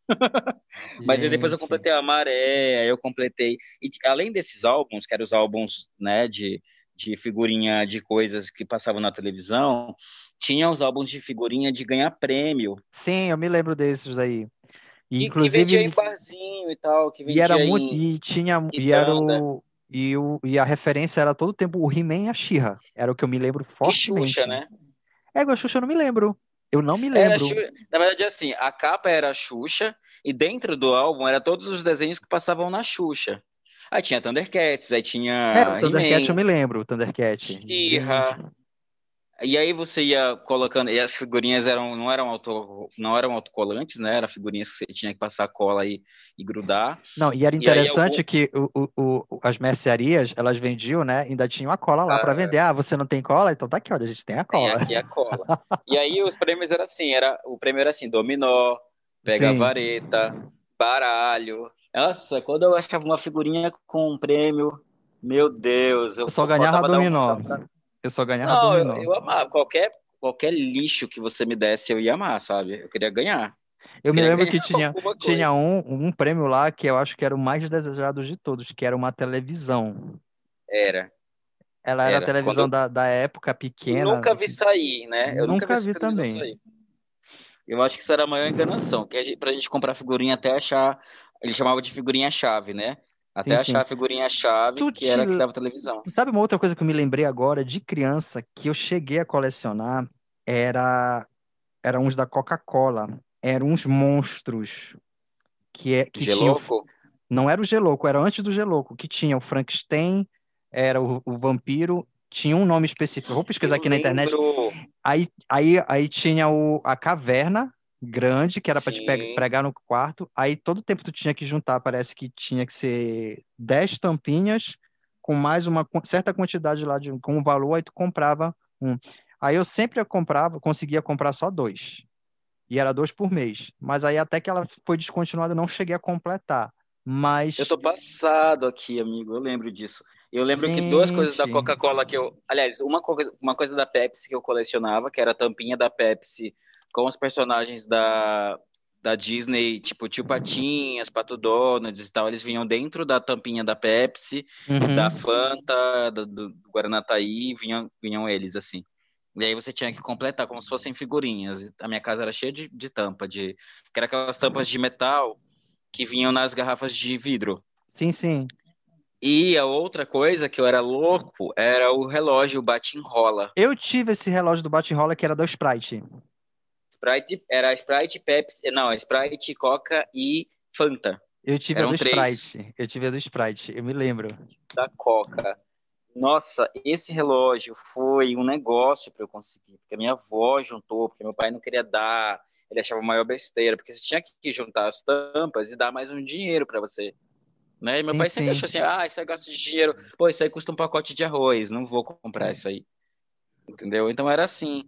Mas aí depois eu Gente. completei a Maré, aí eu completei. E t- além desses álbuns, que eram os álbuns, né, de, de figurinha de coisas que passavam na televisão, tinha os álbuns de figurinha de ganhar prêmio. Sim, eu me lembro desses aí. E, Que, que inclusive, vendia em eles- barzinho e tal, que e era vendia muito. em E tinha. E era quitanda. o. E, o, e a referência era todo tempo o He-Man e a She-Ra. Era o que eu me lembro E Xuxa, fortemente. né? É, a Xuxa eu não me lembro. Eu não me Era lembro. Xuxa. Na verdade, assim, a capa era a Xuxa e dentro do álbum era todos os desenhos que passavam na Xuxa. Aí tinha Thundercats, aí É, o tinha Thundercat eu He-Man, me lembro, o Thundercat. Gente. She-Ra. E aí você ia colocando, e as figurinhas eram, não eram auto, não eram autocolantes, né? Eram figurinhas que você tinha que passar cola e, e grudar. Não, e era E aí algum, interessante que o, o, o- as mercearias, elas vendiam, né? Ainda tinham a cola lá para ah, vender. Ah, você não tem cola? Então tá aqui, olha, a gente tem a tem cola. aqui a cola. E aí os prêmios eram assim, era, o prêmio era assim, dominó, pega Sim, vareta, baralho. Nossa, quando eu achava uma figurinha com um prêmio, meu Deus, eu eu só só ganhava faltava dar um dominó. tchau pra... Eu só ganhava Não, eu, dominó. eu amava. Qualquer, qualquer lixo que você me desse, eu ia amar, sabe? Eu queria ganhar. Eu me Queria lembro ganhar que tinha, alguma tinha coisa. um, um prêmio lá que eu acho que era o mais desejado de todos, que era uma televisão. Era, Ela era a era. Quando televisão eu da, da época e pequena. nunca vi sair, né? Eu nunca vi Nunca essa vi televisão também. sair. Eu acho que isso era a maior enganação, que a gente, pra gente comprar figurinha até achar. Ele chamava de figurinha-chave, né? Sim, Até achar sim. a figurinha-chave, Tu, que te, era a que dava televisão. tu sabe uma outra coisa que eu me lembrei agora de criança que eu cheguei a colecionar? Era, era uns da Coca-Cola. Eram uns monstros que, é, que tinham. Geloco? Não era o Geloco, era antes do Geloco, que tinha o Frankenstein, era o, o vampiro, tinha um nome específico. Eu vou pesquisar Eu aqui na internet. lembro. Aí, aí, aí tinha o, a caverna grande, que era para te pe- Sim. pregar no quarto. Aí todo tempo tu tinha que juntar, parece que tinha que ser dez tampinhas com mais uma qu- certa quantidade lá de com um valor, aí tu comprava um. Aí eu sempre comprava, conseguia comprar só dois. E era dois por mês. Mas aí até que ela foi descontinuada, eu não cheguei a completar. Eu Mas, tô passado aqui, amigo. Eu lembro disso. Eu lembro que duas coisas da gente, Coca-Cola que eu. Aliás, uma coisa, uma coisa da Pepsi que eu colecionava, que era a tampinha da Pepsi com os personagens da, da Disney, tipo Tio Patinhas, Pato Donald e tal. Eles vinham dentro da tampinha da Pepsi, da uhum, Fanta, do, do Guaranataí, vinham, vinham eles assim. E aí você tinha que completar como se fossem figurinhas. A minha casa era cheia de, de tampa, de, que era aquelas tampas de metal que vinham nas garrafas de vidro. sim, sim. E a outra coisa que eu era louco era o relógio bate-enrola. Eu tive esse relógio do bate-rola que era da Sprite. Sprite, era Sprite, Pepsi, não, Sprite, Coca e Fanta. Eu tive a do Eram três Sprite. Eu tive a do Sprite, eu me lembro. da Coca. Nossa, esse relógio foi um negócio para eu conseguir, porque a minha avó juntou, porque meu pai não queria dar, ele achava maior besteira, porque você tinha que juntar as tampas e dar mais um dinheiro para você, né? E meu Sim, pai sempre sim. achou assim, ah, isso é gasto de dinheiro, pô, isso aí custa um pacote de arroz, não vou comprar isso aí, entendeu? Então era assim.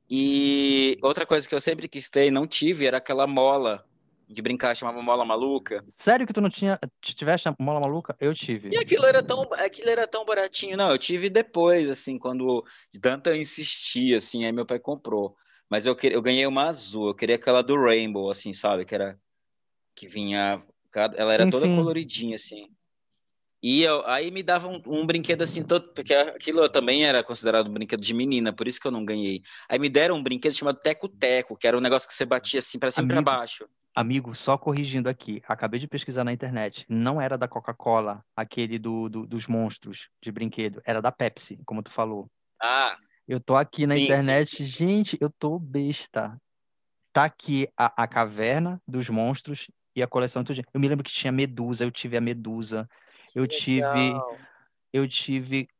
E outra coisa que eu sempre quis ter e não tive era aquela mola de brincar, chamava mola maluca. Sério que tu não tinha, tiveste a mola maluca? Eu tive. E aquilo era tão, aquilo era tão baratinho. Não, eu tive depois, assim, quando de tanto eu insistir, assim, aí meu pai comprou. Mas eu, que- eu ganhei uma azul, eu queria aquela do Rainbow, assim, sabe? Que era, que vinha, cada- ela era Sim, toda sim. coloridinha, assim. E eu, aí me dava um, um brinquedo assim, todo, porque aquilo também era considerado um brinquedo de menina, por isso que eu não ganhei. Aí me deram um brinquedo chamado Teco-Teco, que era um negócio que você batia assim pra cima e pra Amigo, baixo. amigo, só corrigindo aqui. Acabei de pesquisar na internet. Não era da Coca-Cola, aquele do, do- dos monstros de brinquedo. Era da Pepsi, como tu falou. Ah, Eu tô aqui na sim, sim, sim. internet. Gente, eu tô besta. Tá aqui a, a caverna dos monstros e a coleção de tudo. Eu me lembro que tinha Medusa, eu tive a Medusa. Que Eu tive, legal. eu tive.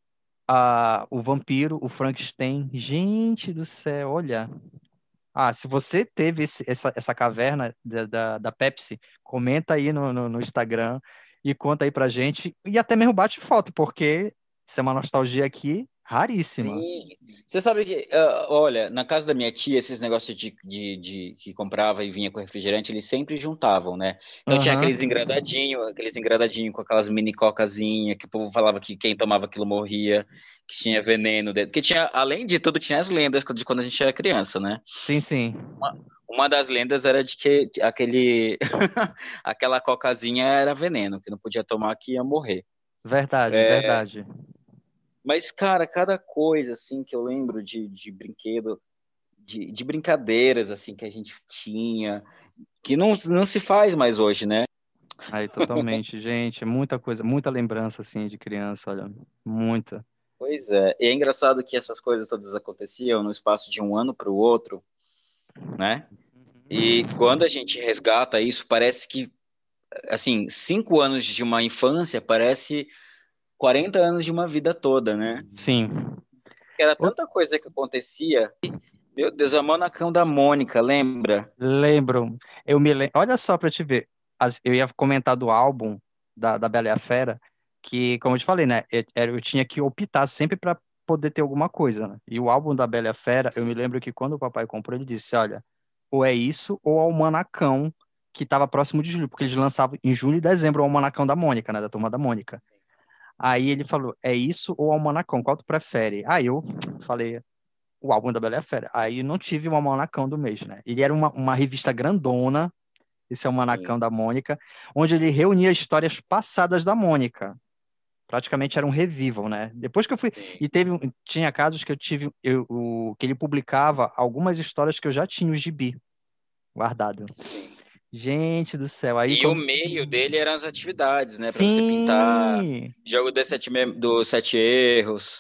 a, o vampiro, o Frankenstein. Gente do céu, olha. Ah, se você teve esse- essa, essa caverna da, da, da Pepsi, comenta aí no, no, no Instagram e conta aí pra gente. E até mesmo bate foto, porque isso é uma nostalgia aqui raríssima. Sim, você sabe que, ah, olha, na casa da minha tia, esses negócios de, de, de- que comprava e vinha com refrigerante, eles sempre juntavam, né? Então tinha Aham. aqueles engradadinhos, aqueles engradadinhos com aquelas mini cocazinhas, que o povo falava que quem tomava aquilo morria, que tinha veneno dentro. Que tinha, além de tudo, tinha as lendas de quando a gente era criança, né? Sim, sim. Uma, uma das lendas era de que aquele, aquela cocazinha era veneno, que não podia tomar que ia morrer. Verdade, É, verdade. mas, cara, cada coisa, assim, que eu lembro de, de brinquedo, de, de brincadeiras, assim, que a gente tinha, que não, não se faz mais hoje, né? Aí, totalmente. Gente, muita coisa, muita lembrança, assim, de criança, olha. Muita. Pois é. E é engraçado que essas coisas todas aconteciam no espaço de um ano para o outro, né? E quando a gente resgata isso, parece que, assim, cinco anos de uma infância parece quarenta anos de uma vida toda, né? Sim. Era Ô, tanta coisa que acontecia. Meu Deus, a Manacão da Mônica, lembra? lembro. Eu me lembro. Olha só pra te ver. As- eu ia comentar do álbum da, da Bela e a Fera, que, como eu te falei, né? Eu, eu tinha que optar sempre pra poder ter alguma coisa, né? E o álbum da Bela e a Fera, eu me lembro que quando o papai comprou, ele disse: Olha, ou é isso, ou é o Manacão, que estava próximo de julho, porque eles lançavam em julho e dezembro o Almanacão da Mônica, né? Da Turma da Mônica. Aí ele falou: É isso ou Almanacão? Qual tu prefere? Aí eu falei: O álbum da Bela e a Fera. Aí eu não tive o Almanacão do mês, né? Ele era uma, uma revista grandona, esse Almanacão Sim. da Mônica, onde ele reunia histórias passadas da Mônica. Praticamente era um revival, né? Depois que eu fui. Sim, E teve, um- tinha casos que eu tive. Eu, o, que ele publicava algumas histórias que eu já tinha o gibi guardado. sim. Gente do céu. Aí E o quando. meio dele eram as atividades, né? Para você pintar, Sim! jogo dos sete, me- dos sete erros,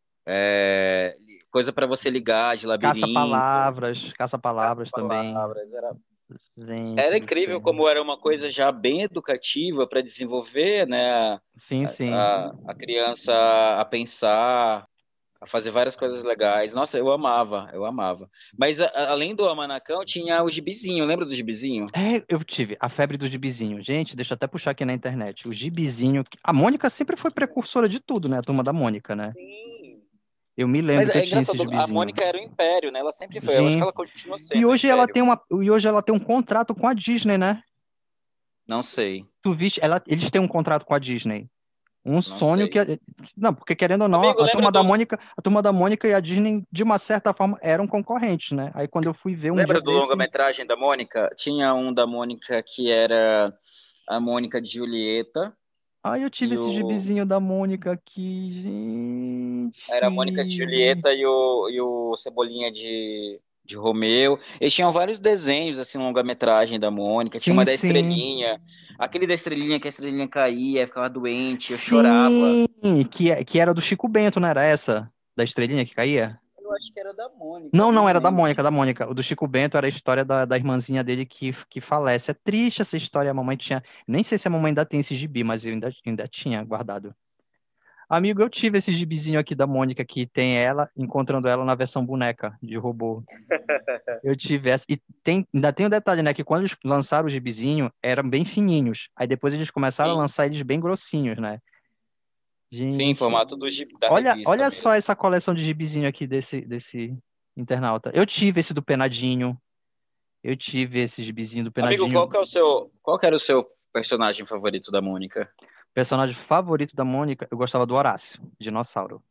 é, coisa para você ligar de labirinto, Caça-palavras. Caça-palavras também. caça-palavras. Era, Gente era do incrível céu. como era uma coisa já bem educativa para desenvolver, né? Sim, A, sim. a, a criança a pensar, a fazer várias coisas legais. Nossa, eu amava, eu amava. Mas a- a- além do Amanacão, tinha o gibizinho, lembra do gibizinho? É, eu tive a febre do gibizinho. Gente, deixa eu até puxar aqui na internet. O gibizinho. A Mônica sempre foi precursora de tudo, né? A turma da Mônica, né? Sim. Eu me Mas lembro que eu é tinha esse engraçado, a gibizinho. Mônica era o Império, né? Ela sempre foi. Eu acho que Gente. ela continua E sendo o hoje ela Império. tem uma, e hoje ela tem um contrato com a Disney, né? Não sei, Tu viste, ela, eles têm um contrato com a Disney. Um não sonho que sei. não, porque querendo ou não, Amigo, a lembra turma da do, Mônica, a turma da Mônica e a Disney de uma certa forma eram concorrentes, né? Aí quando eu fui ver um dia lembra do desse, longa-metragem da Mônica? Tinha um da Mônica que era a Mônica de Julieta aí eu tive e esse o gibizinho da Mônica aqui, era a Mônica de gente. Julieta e o, e o Cebolinha de, de Romeu. Eles tinham vários desenhos assim, longa-metragem da Mônica. Tinha Sim, uma da sim. Estrelinha, aquele da Estrelinha que a Estrelinha caía, ficava doente, eu chorava. Sim, que, é- que era do Chico Bento, não era essa? Da estrelinha que caía? Eu acho que era da Mônica, Não, não não, era da lembro. Mônica, da Mônica. O do Chico Bento era a história da, da irmãzinha dele que, que falece. É triste essa história, a mamãe tinha. Nem sei se a mamãe ainda tem esse gibi, mas eu ainda, ainda tinha guardado. Amigo, eu tive esse gibizinho aqui da Mônica que tem ela, encontrando ela na versão boneca de robô. Eu tive essa. E tem, ainda tem um detalhe, né? Que quando eles lançaram o gibizinho, eram bem fininhos. Aí depois eles começaram a Sim, lançar eles bem grossinhos, né? sim, Gente, formato do, gibi- da olha, revista olha só mesmo. essa coleção de gibizinho aqui desse, desse internauta. Eu tive esse do Penadinho. Eu tive esse gibizinho do Amigo, qual Penadinho. que é o seu, qual que era o seu personagem favorito da Mônica? Personagem favorito da Mônica, eu gostava do Horácio, dinossauro.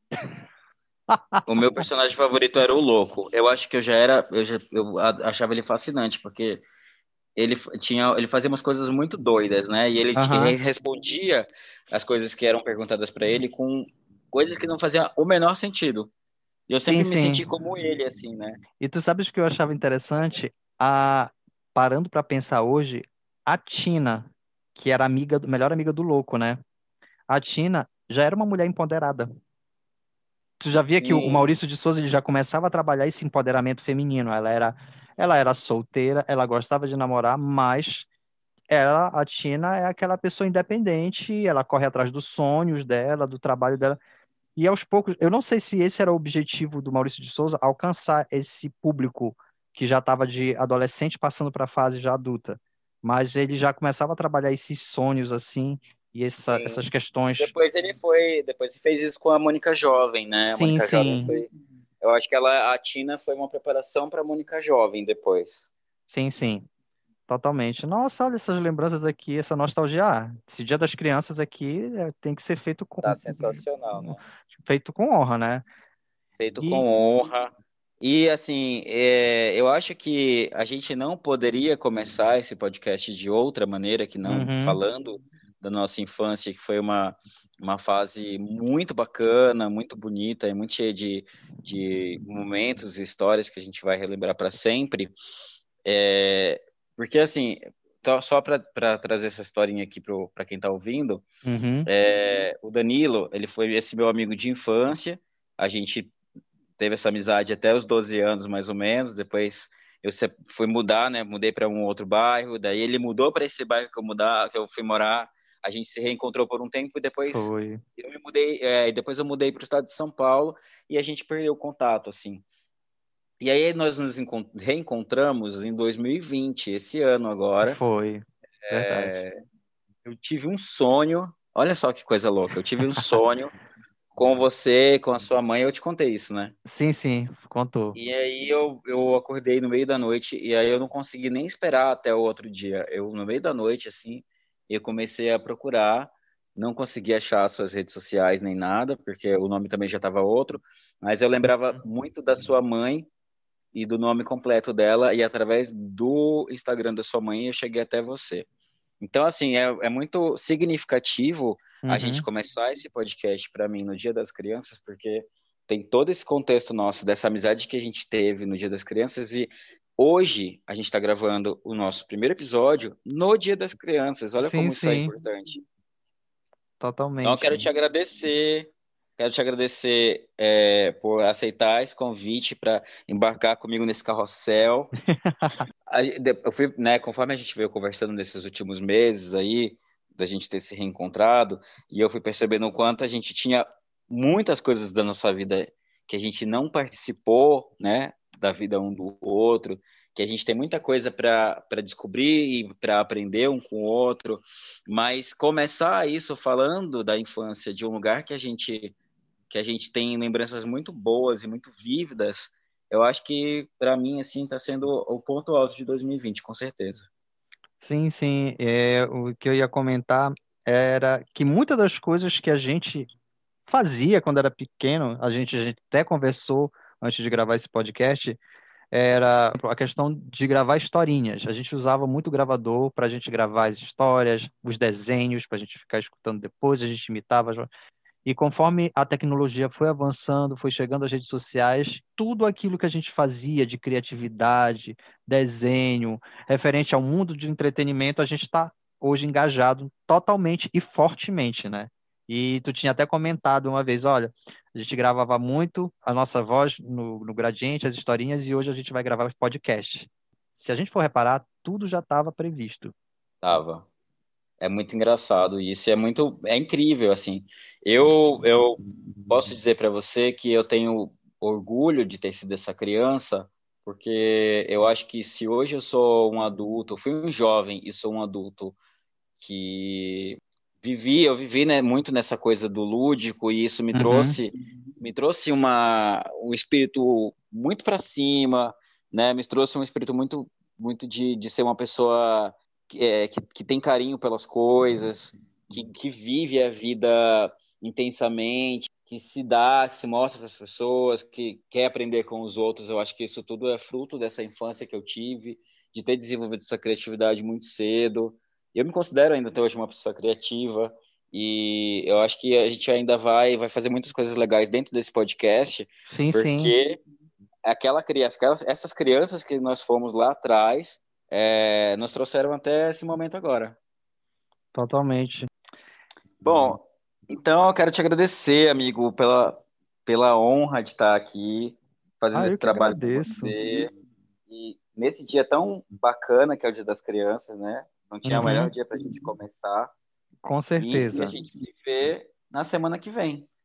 O meu personagem favorito era o Louco. Eu acho que eu já era, eu já eu a- achava ele fascinante porque ele f- tinha, ele fazia umas coisas muito doidas, né? E ele, t- ele Aham. respondia as coisas que eram perguntadas para ele com coisas que não faziam o menor sentido. E eu Sim, sempre me sim. senti como ele, assim, né? E tu sabes o que eu achava interessante? A... Parando pra pensar hoje, a Tina, que era amiga, melhor amiga do louco, né? A Tina já era uma mulher empoderada. Tu já via que o o Sim, Maurício de Souza ele já começava a trabalhar esse empoderamento feminino. Ela era, ela era solteira, ela gostava de namorar, mas ela, a Tina é aquela pessoa independente, ela corre atrás dos sonhos dela, do trabalho dela. E aos poucos, eu não sei se esse era o objetivo do Maurício de Souza, alcançar esse público que já estava de adolescente passando para a fase já adulta, mas ele já começava a trabalhar esses sonhos assim e essa, Sim. essas questões. Depois ele foi, depois ele fez isso com a Mônica Jovem, né? A Sim, Mônica Jovem sim, foi, eu acho que ela, a Tina foi uma preparação para a Mônica Jovem depois. sim, sim, totalmente. Nossa, olha essas lembranças aqui, essa nostalgia. Ah, esse Dia das Crianças aqui é, tem que ser feito com, Tá sensacional, né? feito com honra, né? Feito com E, honra. E assim, é, eu acho que a gente não poderia começar esse podcast de outra maneira que não uhum, falando da nossa infância, que foi uma, uma fase muito bacana, muito bonita e muito cheia de, de momentos e histórias que a gente vai relembrar para sempre. É, porque assim, tó- só para trazer essa historinha aqui para quem está ouvindo, uhum, é, o Danilo, ele foi esse meu amigo de infância. A gente teve essa amizade até os doze anos, mais ou menos. Depois eu se- fui mudar, né? Mudei para um outro bairro. Daí ele mudou para esse bairro que eu mudar, que eu fui morar. A gente se reencontrou por um tempo e depois foi. eu me mudei. É, e depois eu mudei para o estado de São Paulo e a gente perdeu o contato, assim. E aí nós nos encon- reencontramos em dois mil e vinte, esse ano agora. Foi, verdade. Eu tive um sonho. Olha só que coisa louca. Eu tive um sonho com você, com a sua mãe. Eu te contei isso, né? Sim, sim, contou. E aí eu, eu acordei no meio da noite e aí eu não consegui nem esperar até o outro dia. Eu, no meio da noite, assim, eu comecei a procurar, não consegui achar as suas redes sociais nem nada, porque o nome também já estava outro, mas eu lembrava muito da sua mãe e do nome completo dela e através do Instagram da sua mãe eu cheguei até você. Então, assim, é, é muito significativo a gente Uhum. começar esse podcast para mim no Dia das Crianças, porque tem todo esse contexto nosso, dessa amizade que a gente teve no Dia das Crianças, e hoje a gente está gravando o nosso primeiro episódio no Dia das Crianças. Olha Sim, como isso é sim, importante. Então, eu quero totalmente. te agradecer, quero te agradecer é, por aceitar esse convite para embarcar comigo nesse carrossel. A gen- de- Eu fui, né, conforme a gente veio conversando nesses últimos meses aí, da gente ter se reencontrado, e eu fui percebendo o quanto a gente tinha muitas coisas da nossa vida que a gente não participou, né, da vida um do outro, que a gente tem muita coisa para para descobrir e para aprender um com o outro, mas começar isso falando da infância, de um lugar que a gente que a gente tem lembranças muito boas e muito vívidas, eu acho que para mim assim está sendo o ponto alto de dois mil e vinte, com certeza. Sim, sim. É, o que eu ia comentar era que muitas das coisas que a gente fazia quando era pequeno, a gente, a gente até conversou antes de gravar esse podcast, era a questão de gravar historinhas. A gente usava muito o gravador para a gente gravar as histórias, os desenhos, para a gente ficar escutando depois, a gente imitava. E conforme a tecnologia foi avançando, foi chegando às redes sociais, tudo aquilo que a gente fazia de criatividade, desenho, referente ao mundo de entretenimento, a gente está hoje engajado totalmente e fortemente, né? E tu tinha até comentado uma vez, olha, a gente gravava muito a nossa voz no, no Gradiente, as historinhas, e hoje a gente vai gravar os podcasts. Se a gente for reparar, tudo já estava previsto. Tava. É muito engraçado e isso é muito, é incrível assim. Eu eu posso dizer para você que eu tenho orgulho de ter sido essa criança, porque eu acho que se hoje eu sou um adulto, eu fui um jovem e sou um adulto que vivi, eu vivi, né, muito nessa coisa do lúdico e isso me Uhum, trouxe me trouxe uma um espírito muito para cima, né? Me trouxe um espírito muito muito de, de ser uma pessoa que, é, que, que tem carinho pelas coisas, que, que vive a vida intensamente, que se dá, que se mostra para as pessoas, que quer aprender com os outros. Eu acho que isso tudo é fruto dessa infância que eu tive, de ter desenvolvido essa criatividade muito cedo. Eu me considero ainda até hoje uma pessoa criativa e eu acho que a gente ainda vai vai fazer muitas coisas legais dentro desse podcast, sim, sim, porque aquela criança, aquelas, essas crianças que nós fomos lá atrás, é, nos trouxeram até esse momento agora. totalmente. Bom, então eu quero te agradecer, amigo, pela, pela honra de estar aqui fazendo Ah, eu esse que trabalho com agradeço. você. E nesse dia tão bacana que é o Dia das Crianças, né? Não tinha o melhor Uhum, dia para a gente começar. com E, e a certeza. gente se vê na semana que vem.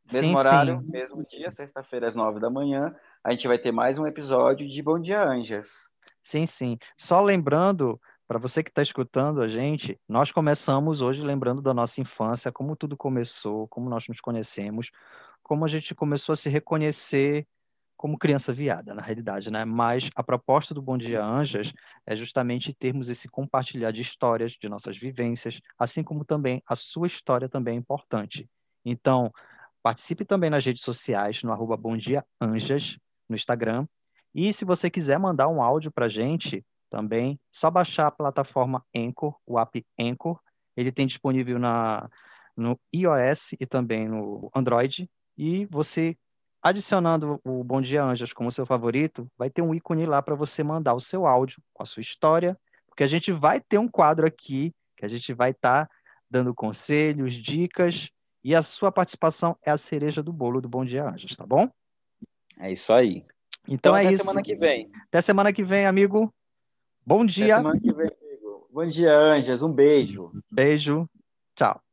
Mesmo Sim, horário, sim. mesmo dia, sexta-feira às nove da manhã, a gente vai ter mais um episódio de Bom Dia Anjas. Sim, sim. Só lembrando, para você que está escutando a gente, nós começamos hoje lembrando da nossa infância, como tudo começou, como nós nos conhecemos, como a gente começou a se reconhecer como criança viada, na realidade, né? Mas a proposta do Bom Dia Anjas é justamente termos esse compartilhar de histórias, de nossas vivências, assim como também a sua história também é importante. Então, participe também nas redes sociais, no arroba Bom Dia Anjas, no Instagram. E se você quiser mandar um áudio para a gente, também, só baixar a plataforma Anchor, o app Anchor. Ele tem disponível na, no iOS e também no Android. E você, adicionando o Bom Dia Anjas como seu favorito, vai ter um ícone lá para você mandar o seu áudio com a sua história, porque a gente vai ter um quadro aqui que a gente vai estar dando conselhos, dicas, e a sua participação é a cereja do bolo do Bom Dia Anjos, tá bom? É isso aí. Então Então, é até isso. semana que vem. Até semana que vem, amigo. Bom Até dia, semana que vem, amigo. Bom dia, Anjas. Um beijo. beijo, tchau.